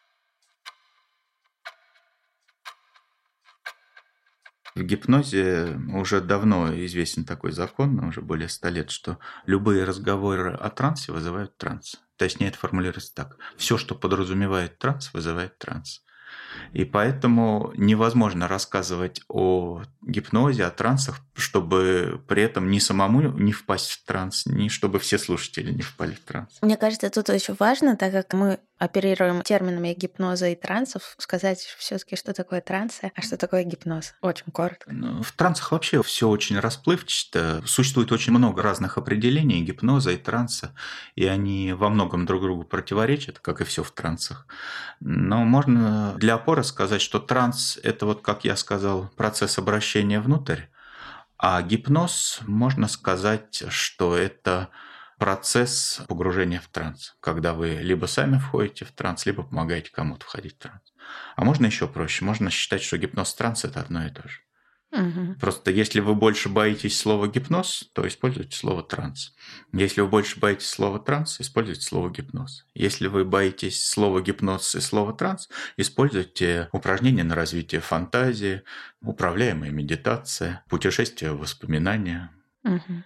В гипнозе уже давно известен такой закон, уже более 100 лет, что любые разговоры о трансе вызывают транс. Точнее, это формулируется так. Все, что подразумевает транс, вызывает транс. И поэтому невозможно рассказывать о гипнозе, о трансах, чтобы при этом ни самому не впасть в транс, ни чтобы все слушатели не впали в транс. Мне кажется, тут еще важно, так как мы оперируем терминами гипноза и трансов, сказать все-таки, что такое трансы, а что такое гипноз. Очень коротко. В трансах вообще все очень расплывчато. Существует очень много разных определений гипноза и транса, и они во многом друг другу противоречат, как и все в трансах. Но можно для опоры сказать, что транс – это, вот как я сказал, процесс обращения внутрь, а гипноз, можно сказать, что это процесс погружения в транс, когда вы либо сами входите в транс, либо помогаете кому-то входить в транс. А можно еще проще, можно считать, что гипноз и транс – это одно и то же. Угу. Просто если вы больше боитесь слова гипноз, то используйте слово транс. Если вы больше боитесь слова транс, используйте слово гипноз. Если вы боитесь слова гипноз и слова транс, используйте упражнения на развитие фантазии, управляемая медитация, путешествие в воспоминания. Угу.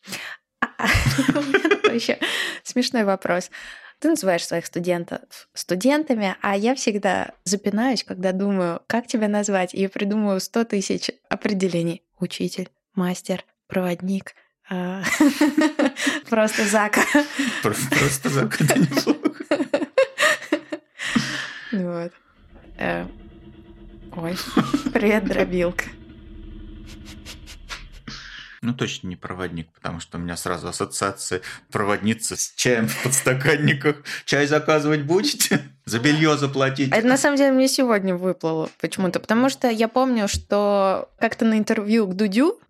У меня такой еще смешной вопрос. Ты называешь своих студентов студентами, а я всегда запинаюсь, когда думаю, как тебя назвать, и придумываю 100 тысяч определений. Учитель, мастер, проводник, просто Зака. Просто Зака, это неплохо. Вот. Ой, привет, дробилка. Ну, точно не проводник, потому что у меня сразу ассоциация проводница с чаем в подстаканниках. Чай заказывать будете? За белье заплатить? Это на самом деле мне сегодня выплыло почему-то, потому что я помню, что как-то на интервью к Дудю,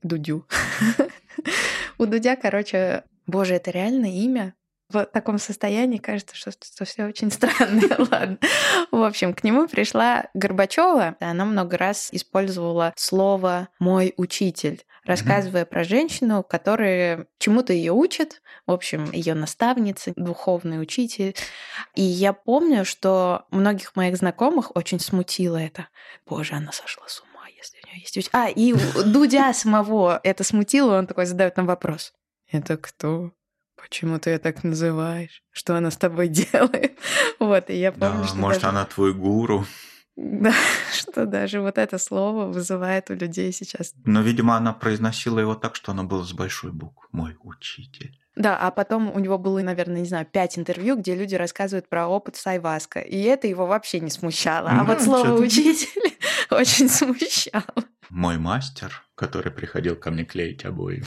у Дудя, короче, боже, это реально имя? В таком состоянии кажется, что все очень странное. Ладно. В общем, к нему пришла Горбачева. Она много раз использовала слово «мой учитель», рассказывая про женщину, которая чему-то ее учит, в общем, ее наставница, духовный учитель. И я помню, что многих моих знакомых очень смутило это. Боже, она сошла с ума, если у нее есть учитель. И у Дудя самого это смутило, он такой задает нам вопрос. Это кто? Почему ты ее так называешь? Что она с тобой делает? Вот, и я помню, что может, даже... она твой гуру. Да, что даже вот это слово вызывает у людей сейчас. Но, видимо, она произносила его так, что оно было с большой буквы. Мой учитель. Да, а потом у него было, наверное, не знаю, 5 интервью, где люди рассказывают про опыт с айваска. И это его вообще не смущало. А вот слово «учитель» очень смущало. Мой мастер, который приходил ко мне клеить обои.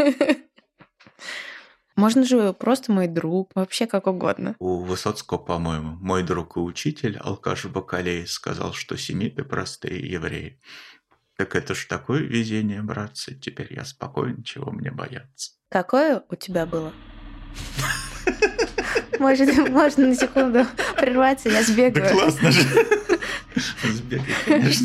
Можно же просто мой друг, вообще как угодно. У Высоцкого, по-моему, мой друг и учитель, алкаш Бакалей, сказал, что семиты простые евреи. Так это ж такое везение, братцы. Теперь я спокоен, чего мне бояться. Какое у тебя было? Можно на секунду прерваться, я сбегаю. Да классно же. Сбегай, конечно.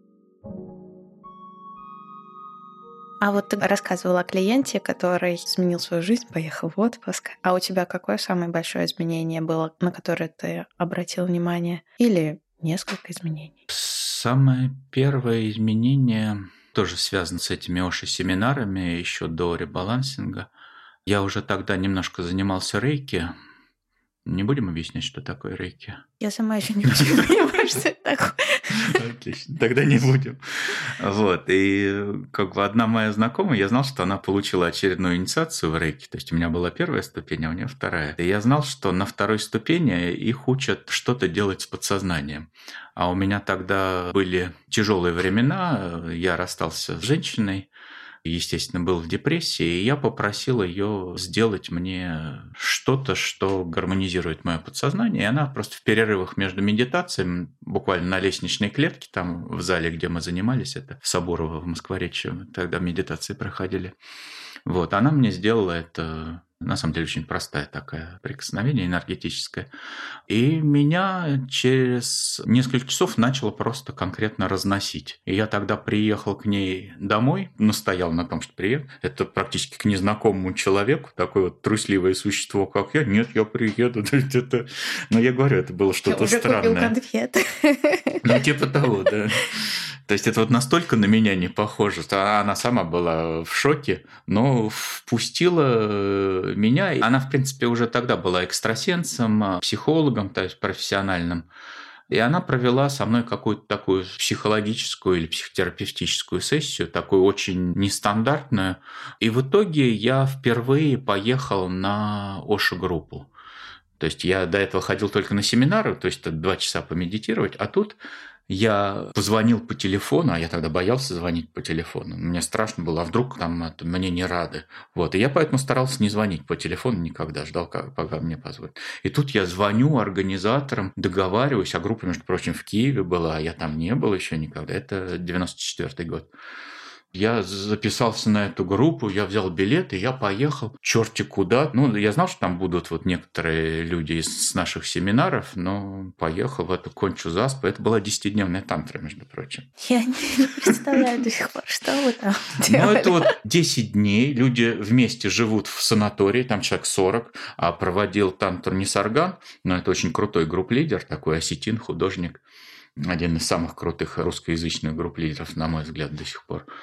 А вот ты рассказывала о клиенте, который изменил свою жизнь, поехал в отпуск. А у тебя какое самое большое изменение было, на которое ты обратил внимание? Или несколько изменений? Самое первое изменение тоже связано с этими оши-семинарами еще до ребалансинга. Я уже тогда немножко занимался рейки. Не будем объяснять, что такое рейки? Я сама еще не очень понимаю, что это такое. Отлично, тогда не будем. Вот, и как бы одна моя знакомая, я знал, что она получила очередную инициацию в рейки, то есть у меня была первая ступень, а у нее вторая. И я знал, что на второй ступени их учат что-то делать с подсознанием. А у меня тогда были тяжелые времена, я расстался с женщиной, естественно, был в депрессии, и я попросил ее сделать мне что-то, что гармонизирует мое подсознание. И она просто в перерывах между медитациями, буквально на лестничной клетке, там в зале, где мы занимались, это в Соборово, в Москворечье, тогда медитации проходили. Вот, она мне сделала это, на самом деле, очень простая такая прикосновение энергетическое. И меня через несколько часов начало просто конкретно разносить. И я тогда приехал к ней домой, настоял на том, что приеду. Это практически к незнакомому человеку, такое вот трусливое существо, как я. Нет, я приеду. Но я говорю, это было что-то странное. Уже купил конфеты. Ну, типа того, да. То есть это вот настолько на меня не похоже. Она сама была в шоке, но впустила меня. Она, в принципе, уже тогда была экстрасенсом, психологом, то есть профессиональным. И она провела со мной какую-то такую психологическую или психотерапевтическую сессию, такую очень нестандартную. И в итоге я впервые поехал на Оша-группу. То есть я до этого ходил только на семинары, то есть 2 часа помедитировать, а тут я позвонил по телефону, а я тогда боялся звонить по телефону. Мне страшно было, а вдруг там мне не рады. Вот. И я поэтому старался не звонить по телефону никогда, ждал, пока мне позвонят. И тут я звоню организаторам, договариваюсь, а группа, между прочим, в Киеве была, а я там не был еще никогда. Это 94-й год. Я записался на эту группу, я взял билет, и я поехал черти куда. Ну, я знал, что там будут вот некоторые люди с наших семинаров, но поехал в эту Кончу Заспу. Это была 10-дневная тантра, между прочим. Я не представляю до сих пор, что вы там Ну, делали. это вот 10 дней, люди вместе живут в санатории, там человек 40, а проводил тантру Нисарган, но это очень крутой групп-лидер, такой осетин, художник, один из самых крутых русскоязычных групп-лидеров, на мой взгляд, до сих пор.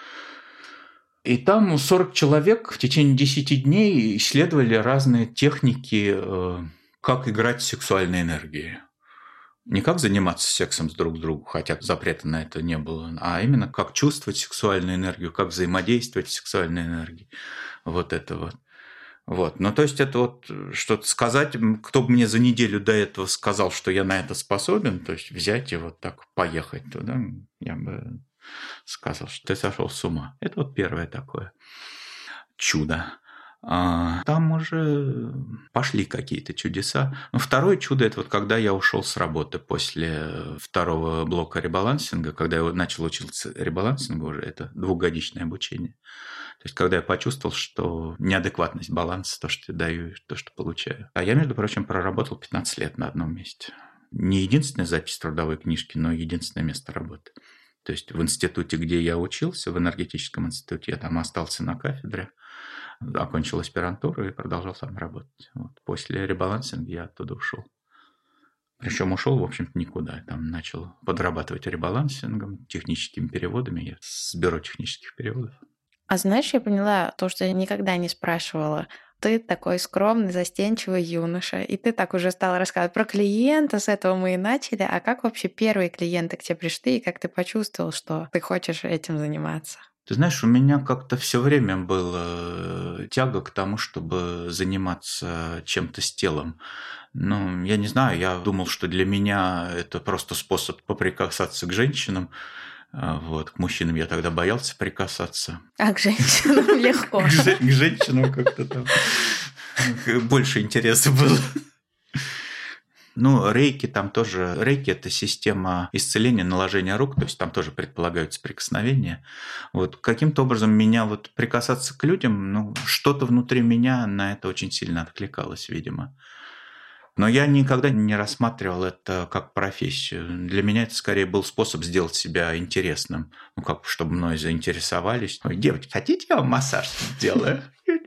И там 40 человек в течение 10 дней исследовали разные техники, как играть с сексуальной энергией. Не как заниматься сексом с друг другом, хотя запрета на это не было, а именно как чувствовать сексуальную энергию, как взаимодействовать с сексуальной энергией. Вот это вот. Вот. Ну, то есть это вот что-то сказать, кто бы мне за неделю до этого сказал, что я на это способен, то есть взять и вот так поехать туда, я бы сказал, что ты сошел с ума. Это вот первое такое чудо. Там уже пошли какие-то чудеса. Но второе чудо – это вот когда я ушел с работы после второго блока ребалансинга, когда я начал учиться ребалансингу уже, это 2-годичное обучение. То есть когда я почувствовал, что неадекватность баланса, то, что я даю, то, что получаю. А я, между прочим, проработал 15 лет на одном месте. Не единственная запись трудовой книжки, но единственное место работы. То есть в институте, где я учился, в энергетическом институте, я там остался на кафедре, окончил аспирантуру и продолжал там работать. Вот. После ребалансинга я оттуда ушел. Причем ушел, в общем-то, никуда. Я там начал подрабатывать ребалансингом, техническими переводами. Я с бюро технических переводов. А знаешь, я поняла то, что я никогда не спрашивала. Ты такой скромный, застенчивый юноша, и ты так уже стала рассказывать про клиента, с этого мы и начали. А как вообще первые клиенты к тебе пришли, и как ты почувствовал, что ты хочешь этим заниматься? Ты знаешь, у меня как-то все время была тяга к тому, чтобы заниматься чем-то с телом. Ну, я не знаю, я думал, что для меня это просто способ поприкасаться к женщинам. Вот, к мужчинам я тогда боялся прикасаться. А к женщинам легко. К женщинам как-то там больше интереса было. Ну, рейки там тоже. Рейки – это система исцеления, наложения рук, то есть там тоже предполагаются прикосновения. Вот каким-то образом меня вот прикасаться к людям, ну, что-то внутри меня на это очень сильно откликалось, видимо. Но я никогда не рассматривал это как профессию. Для меня это скорее был способ сделать себя интересным. Ну, как чтобы мной заинтересовались. Ой, девочки, хотите, я вам массаж сделаю?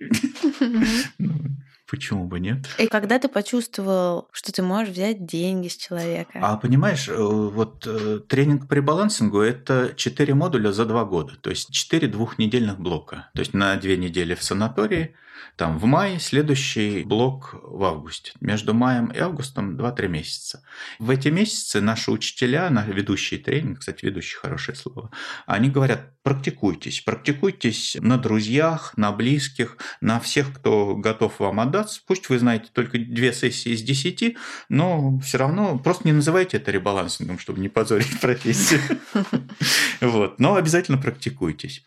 Почему бы нет? И когда ты почувствовал, что ты можешь взять деньги с человека? А понимаешь, вот тренинг по ребалансингу – это 4 модуля за 2 года. То есть 4 двухнедельных блока. То есть на 2 недели в санатории, там в мае, следующий блок в августе. Между маем и августом 2-3 месяца. В эти месяцы наши учителя, ведущие тренинг, кстати, ведущие хорошее слово, они говорят, практикуйтесь на друзьях, на близких, на всех, кто готов вам отдаться. Пусть вы знаете только 2 сессии из 10, но все равно просто не называйте это ребалансингом, чтобы не позорить профессию. Вот. Но обязательно практикуйтесь.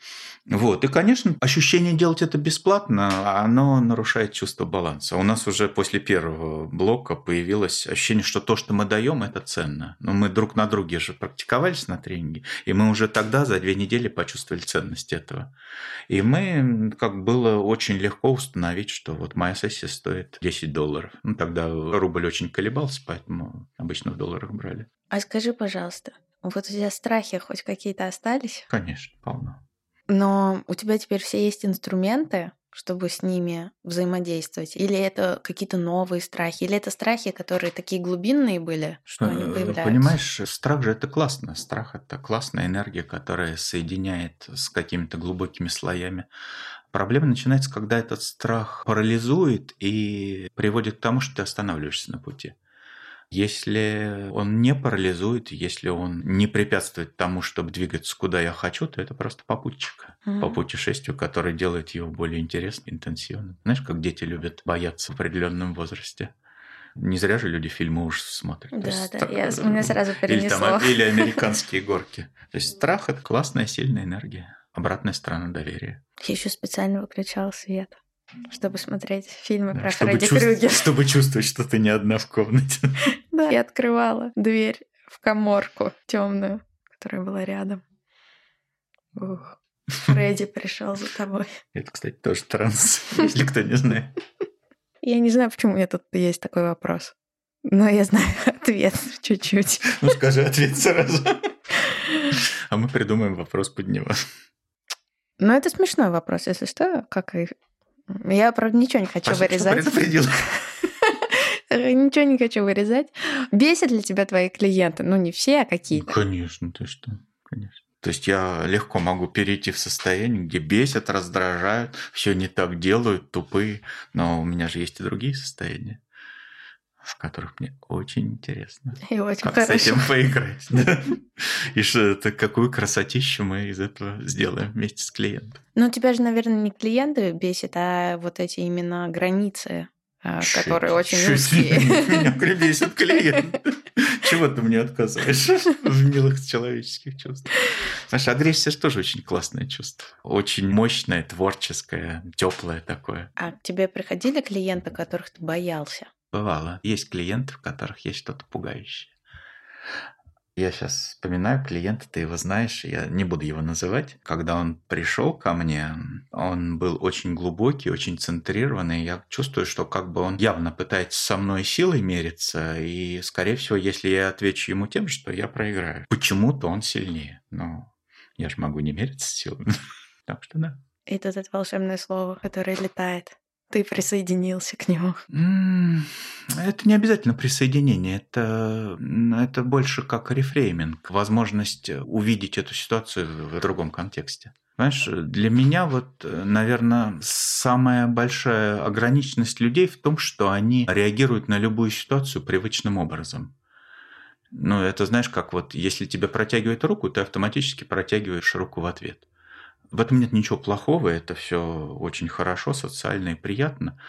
Вот. И, конечно, ощущение делать это бесплатно, оно нарушает чувство баланса. У нас уже после первого блока появилось ощущение, что то, что мы даем, это ценно. Но мы друг на друге же практиковались на тренинге, и мы уже тогда за 2 недели почувствовали ценность этого. И мы, как было очень легко установить, что вот моя сессия стоит $10. Ну, тогда рубль очень колебался, поэтому обычно в долларах брали. А скажи, пожалуйста, вот у тебя страхи хоть какие-то остались? Конечно, полно. Но у тебя теперь все есть инструменты, чтобы с ними взаимодействовать? Или это какие-то новые страхи? Или это страхи, которые такие глубинные были, что они появляются? Понимаешь, страх же это классно. Страх это классная энергия, которая соединяет с какими-то глубокими слоями. Проблема начинается, когда этот страх парализует и приводит к тому, что ты останавливаешься на пути. Если он не парализует, если он не препятствует тому, чтобы двигаться куда я хочу, то это просто попутчик по путешествию, который делает его более интересным, интенсивным. Знаешь, как дети любят бояться в определенном возрасте. Не зря же люди фильмы ужасов смотрят. Да, меня сразу перенесло. Или американские горки. То есть страх – это классная, сильная энергия. Обратная сторона доверия. Я еще специально выключала свет, чтобы смотреть фильмы про Фредди Крюгера. Чтобы чувствовать, что ты не одна в комнате. Да, я открывала дверь в каморку темную, которая была рядом. Ух. Фредди пришел за тобой. Это, кстати, тоже транс, если кто не знает. Я не знаю, почему у меня тут есть такой вопрос. Но я знаю ответ чуть-чуть. Ну, скажи ответ сразу. А мы придумаем вопрос под него. Ну, это смешной вопрос, если что. Как и... Я, правда, ничего не хочу вырезать. Ничего не хочу вырезать. Бесят ли тебя твои клиенты? Ну, не все, а какие-то. Конечно, ты что? Конечно. То есть я легко могу перейти в состояние, где бесят, раздражают, все не так делают, тупые. Но у меня же есть и другие состояния, в которых мне очень интересно. И очень как хорошо. с этим поиграть. Да? И что-то, какую красотищу мы из этого сделаем вместе с клиентом. Ну, тебя же, наверное, не клиенты бесят, а вот эти именно границы, которые очень узкие. Меня бесит клиент. Чего ты мне отказываешь в милых человеческих чувствах? Знаешь, агрессия же тоже очень классное чувство. Очень мощное, творческое, теплое такое. А к тебе приходили клиенты, которых ты боялся? Бывало. Есть клиенты, в которых есть что-то пугающее. Я сейчас вспоминаю клиента, ты его знаешь, я не буду его называть. Когда он пришел ко мне, он был очень глубокий, очень центрированный. Я чувствую, что как бы он явно пытается со мной силой мериться, и, скорее всего, если я отвечу ему тем, что я проиграю. Почему-то он сильнее. Но я же могу не мериться силой. Так что да. И тут это волшебное слово, которое летает. Ты присоединился к нему. Это не обязательно присоединение, это больше как рефрейминг, возможность увидеть эту ситуацию в другом контексте. Знаешь, для меня вот, наверное, самая большая ограниченность людей в том, что они реагируют на любую ситуацию привычным образом. Ну, это знаешь, как вот если тебе протягивают руку, ты автоматически протягиваешь руку в ответ. В этом нет ничего плохого, это все очень хорошо, социально и приятно.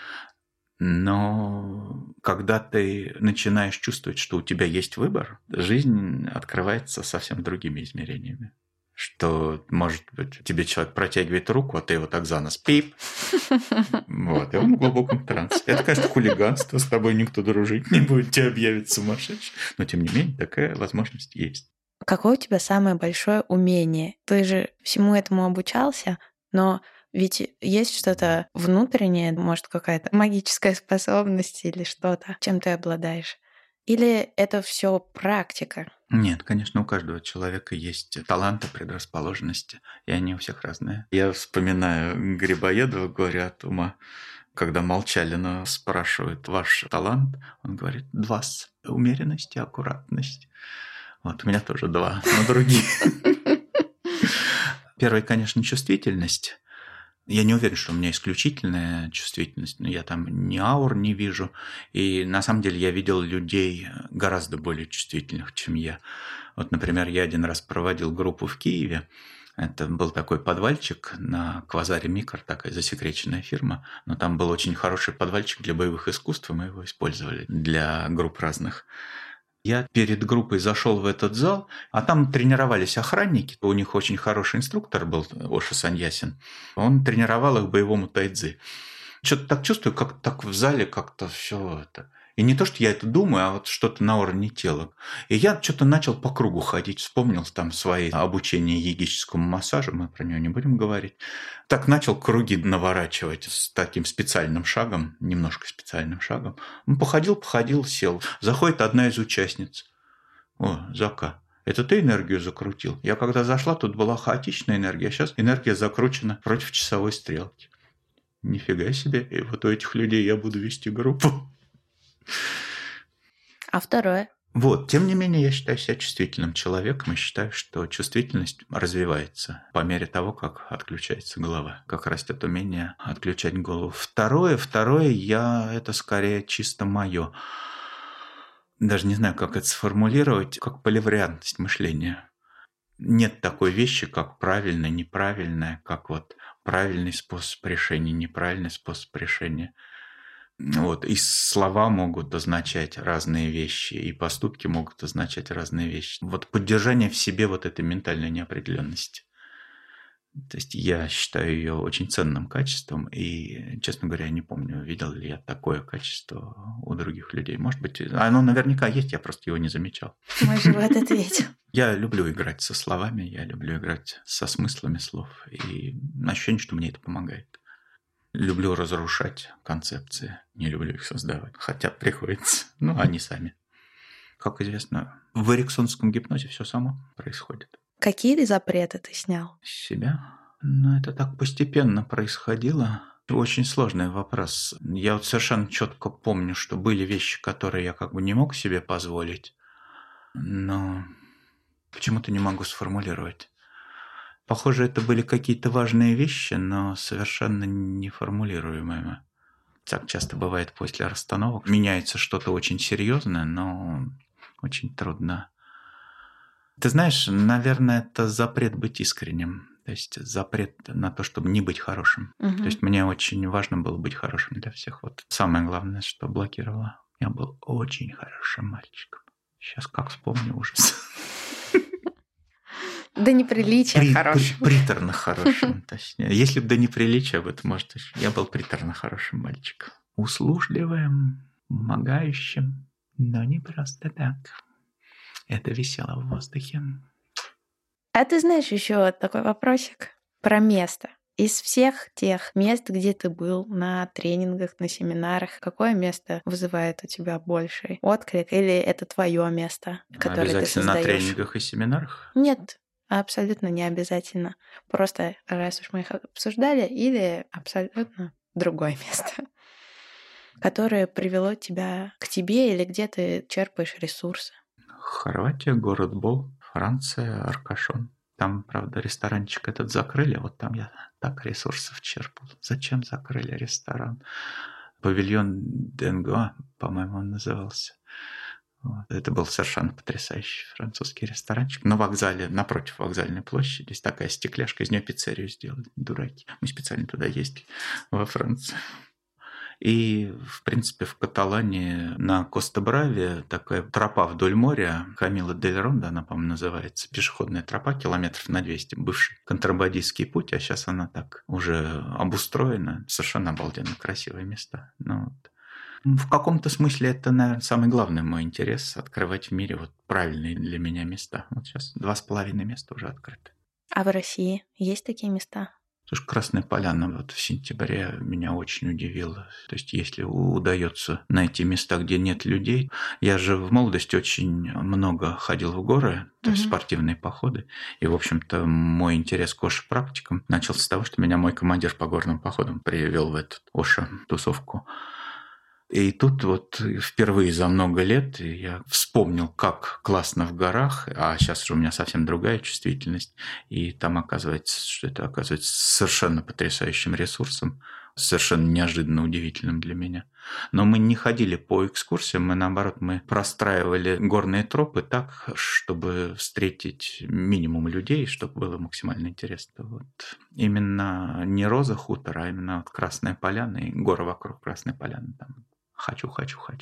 Но когда ты начинаешь чувствовать, что у тебя есть выбор, жизнь открывается совсем другими измерениями. Что, может быть, тебе человек протягивает руку, а ты его так за нос пип. Вот, и он в глубоком трансе. Это, конечно, хулиганство, с тобой никто дружить не будет, тебя объявят сумасшедшим. Но, тем не менее, такая возможность есть. Какое у тебя самое большое умение? Ты же всему этому обучался, но ведь есть что-то внутреннее, может, какая-то магическая способность или что-то, чем ты обладаешь? Или это все практика? Нет, конечно, у каждого человека есть таланты, предрасположенности, и они у всех разные. Я вспоминаю Грибоедова «Горе от ума», когда Молчалина спрашивает «Ваш талант?» Он говорит «Два: умеренность и аккуратность». Вот, у меня тоже 2, но другие. Первый, конечно, чувствительность. Я не уверен, что у меня исключительная чувствительность, но я там ни аур не вижу. И на самом деле я видел людей гораздо более чувствительных, чем я. Вот, например, я один раз проводил группу в Киеве. Это был такой подвальчик на Квазаре Микр, такая засекреченная фирма. Но там был очень хороший подвальчик для боевых искусств, и мы его использовали для групп разных. Я перед группой зашел в этот зал, а там тренировались охранники. У них очень хороший инструктор был, Оша Саньясин. Он тренировал их боевому тайцзи. Что-то так чувствую, как так в зале как-то все это. И не то, что я это думаю, а вот что-то на уровне тела. И я что-то начал по кругу ходить, вспомнил там свои обучения йогическому массажу, мы про него не будем говорить. Так начал круги наворачивать с таким специальным шагом, немножко специальным шагом. Походил, сел. Заходит одна из участниц. О, Зака, это ты энергию закрутил? Я когда зашла, тут была хаотичная энергия, а сейчас энергия закручена против часовой стрелки. Нифига себе, и вот у этих людей я буду вести группу. А второе? Вот, тем не менее, я считаю себя чувствительным человеком и считаю, что чувствительность развивается по мере того, как отключается голова, как растет умение отключать голову. Второе, это скорее чисто мое. Даже не знаю, как это сформулировать, как поливариантность мышления. Нет такой вещи, как правильное, неправильное, как вот правильный способ решения, неправильный способ решения. Вот, и слова могут означать разные вещи, и поступки могут означать разные вещи. Вот поддержание в себе вот этой ментальной неопределенности. То есть я считаю ее очень ценным качеством, и, честно говоря, я не помню, видел ли я такое качество у других людей. Может быть, оно наверняка есть, я просто его не замечал. Мой живот ответил. Я люблю играть со словами, я люблю играть со смыслами слов, и ощущение, что мне это помогает. Люблю разрушать концепции, не люблю их создавать, хотя приходится, они сами. Как известно, в эриксонском гипнозе все само происходит. Какие запреты ты снял? С себя? Это так постепенно происходило. Очень сложный вопрос. Я вот совершенно четко помню, что были вещи, которые я как бы не мог себе позволить, но почему-то не могу сформулировать. Похоже, это были какие-то важные вещи, но совершенно неформулируемые. Так часто бывает после расстановок. Меняется что-то очень серьезное, но очень трудно. Ты знаешь, наверное, это запрет быть искренним. То есть запрет на то, чтобы не быть хорошим. Угу. То есть мне очень важно было быть хорошим для всех. Вот самое главное, что блокировало. Я был очень хорошим мальчиком. Сейчас как вспомню, ужас. До неприличия хорошим. Приторно хорошим, точнее. Если бы до неприличия, вот, может, я был приторно хорошим мальчиком. Услужливым, помогающим, но не просто так. Это висело в воздухе. А ты знаешь еще такой вопросик про место? Из всех тех мест, где ты был на тренингах, на семинарах, какое место вызывает у тебя больший отклик? Или это твое место, которое ты Обязательно создаешь? на тренингах и семинарах? Нет, абсолютно не обязательно. Просто раз уж мы их обсуждали, или абсолютно другое место, которое привело тебя к тебе или где ты черпаешь ресурсы. Хорватия, город Бол, Франция, Аркашон. Там, правда, ресторанчик этот закрыли, вот там я так ресурсов черпал. Зачем закрыли ресторан? Павильон Денго, по-моему, он назывался. Вот. Это был совершенно потрясающий французский ресторанчик. На вокзале, напротив вокзальной площади, здесь такая стекляшка, из нее пиццерию сделали. Дураки. Мы специально туда ездили, во Францию. И, в принципе, в Каталании на Коста-Браве такая тропа вдоль моря, Камила дель Ронда, она, по-моему, называется, пешеходная тропа, километров на 200, бывший контрабандистский путь, а сейчас она так уже обустроена, совершенно обалденно красивые места. В каком-то смысле это, наверное, самый главный мой интерес — открывать в мире вот правильные для меня места. Вот сейчас 2,5 места уже открыты. А в России есть такие места? Слушай, Красная Поляна вот в сентябре меня очень удивило. То есть если удается найти места, где нет людей. Я же в молодости очень много ходил в горы, то есть спортивные походы. И, в общем-то, мой интерес к ОШ-практикам начался с того, что меня мой командир по горным походам привел в эту ОШ-тусовку. И тут вот впервые за много лет я вспомнил, как классно в горах, а сейчас же у меня совсем другая чувствительность, и там оказывается, что это оказывается совершенно потрясающим ресурсом, совершенно неожиданно удивительным для меня. Но мы не ходили по экскурсиям, мы простраивали горные тропы так, чтобы встретить минимум людей, чтобы было максимально интересно. Вот. Именно не Роза хутор, а именно вот Красная Поляна и горы вокруг Красной Поляны. Там хочу.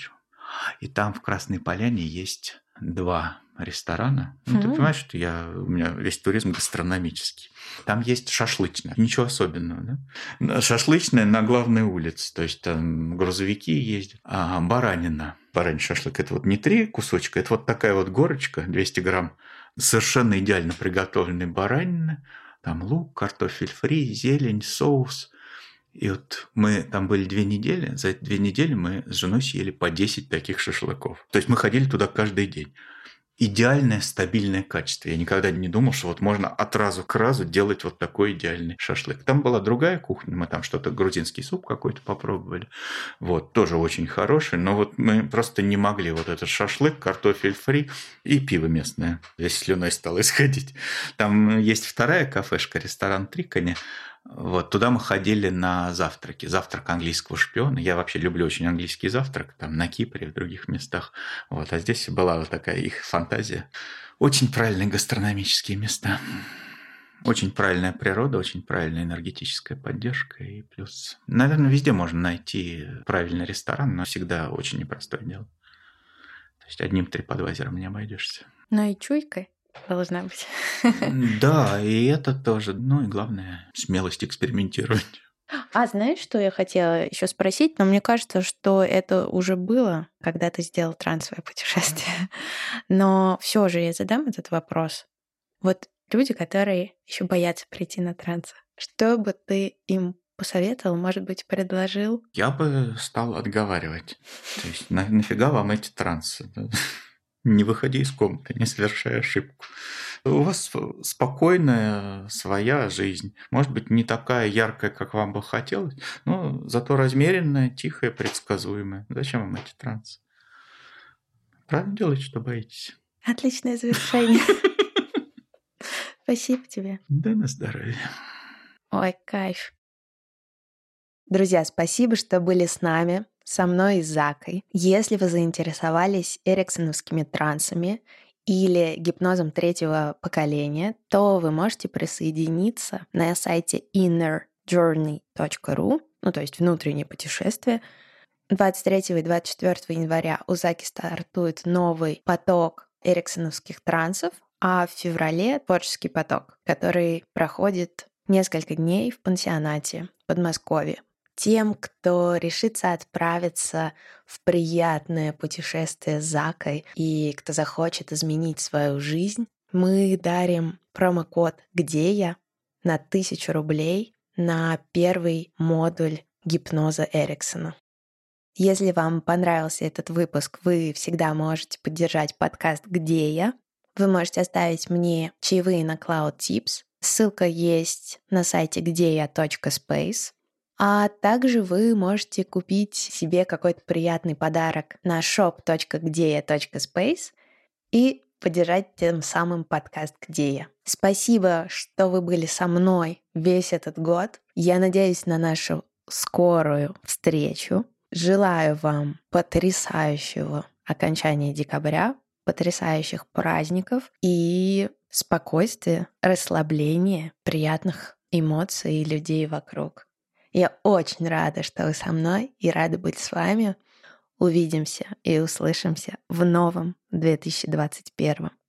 И там в Красной Поляне есть 2 ресторана. Ну, ты понимаешь, что у меня весь туризм гастрономический. Там есть шашлычная. Ничего особенного, да? Шашлычная на главной улице. То есть там грузовики ездят. А баранина. Бараний шашлык. Это вот не 3 кусочка. Это вот такая вот горочка, 200 грамм. Совершенно идеально приготовленной баранины. Там лук, картофель фри, зелень, соус. И вот мы там были 2 недели. За эти 2 недели мы с женой съели по 10 таких шашлыков. То есть мы ходили туда каждый день. Идеальное, стабильное качество. Я никогда не думал, что вот можно от разу к разу делать вот такой идеальный шашлык. Там была другая кухня, мы там что-то, грузинский суп какой-то попробовали. Вот, тоже очень хороший, но вот мы просто не могли вот этот шашлык, картофель фри и пиво местное. Здесь слюной стало исходить. Там есть вторая кафешка, ресторан Трикони. Вот, туда мы ходили на завтраки. Завтрак английского шпиона. Я вообще люблю очень английский завтрак, там на Кипре, в других местах. Вот, а здесь была вот такая их фантазия. Очень правильные гастрономические места. Очень правильная природа, очень правильная энергетическая поддержка. И плюс, наверное, везде можно найти правильный ресторан, но всегда очень непростое дело. То есть одним TripAdvisor не обойдешься. Ну и чуйка должна быть. Да, и это тоже. Ну и главное, смелость экспериментировать. А знаешь, что я хотела еще спросить? Но мне кажется, что это уже было, когда ты сделал трансовое путешествие. Но все же я задам этот вопрос. Вот люди, которые еще боятся прийти на трансы, что бы ты им посоветовал, может быть, предложил? Я бы стал отговаривать. То есть нафига вам эти трансы? Не выходи из комнаты, не совершай ошибку. У вас спокойная своя жизнь. Может быть, не такая яркая, как вам бы хотелось, но зато размеренная, тихая, предсказуемая. Зачем вам эти трансы? Правильно делаете, что боитесь. Отличное завершение. Спасибо тебе. Да на здоровье. Ой, кайф. Друзья, спасибо, что были с нами, со мной и Закой. Если вы заинтересовались эриксоновскими трансами или гипнозом 3-го поколения, то вы можете присоединиться на сайте innerjourney.ru, ну то есть внутреннее путешествие. 23 и 24 января у Заки стартует новый поток эриксоновских трансов, а в феврале творческий поток, который проходит несколько дней в пансионате в Подмосковье. Тем, кто решится отправиться в приятное путешествие с Закой и кто захочет изменить свою жизнь, мы дарим промокод «Где я» на 1000 рублей на первый модуль гипноза Эриксона. Если вам понравился этот выпуск, вы всегда можете поддержать подкаст «Где я?». Вы можете оставить мне чаевые на Cloud Tips. Ссылка есть на сайте гдея.space. А также вы можете купить себе какой-то приятный подарок на shop.gdeya.space и поддержать тем самым подкаст «Где я?». Спасибо, что вы были со мной весь этот год. Я надеюсь на нашу скорую встречу. Желаю вам потрясающего окончания декабря, потрясающих праздников и спокойствия, расслабления, приятных эмоций и людей вокруг. Я очень рада, что вы со мной и рада быть с вами. Увидимся и услышимся в новом 2021.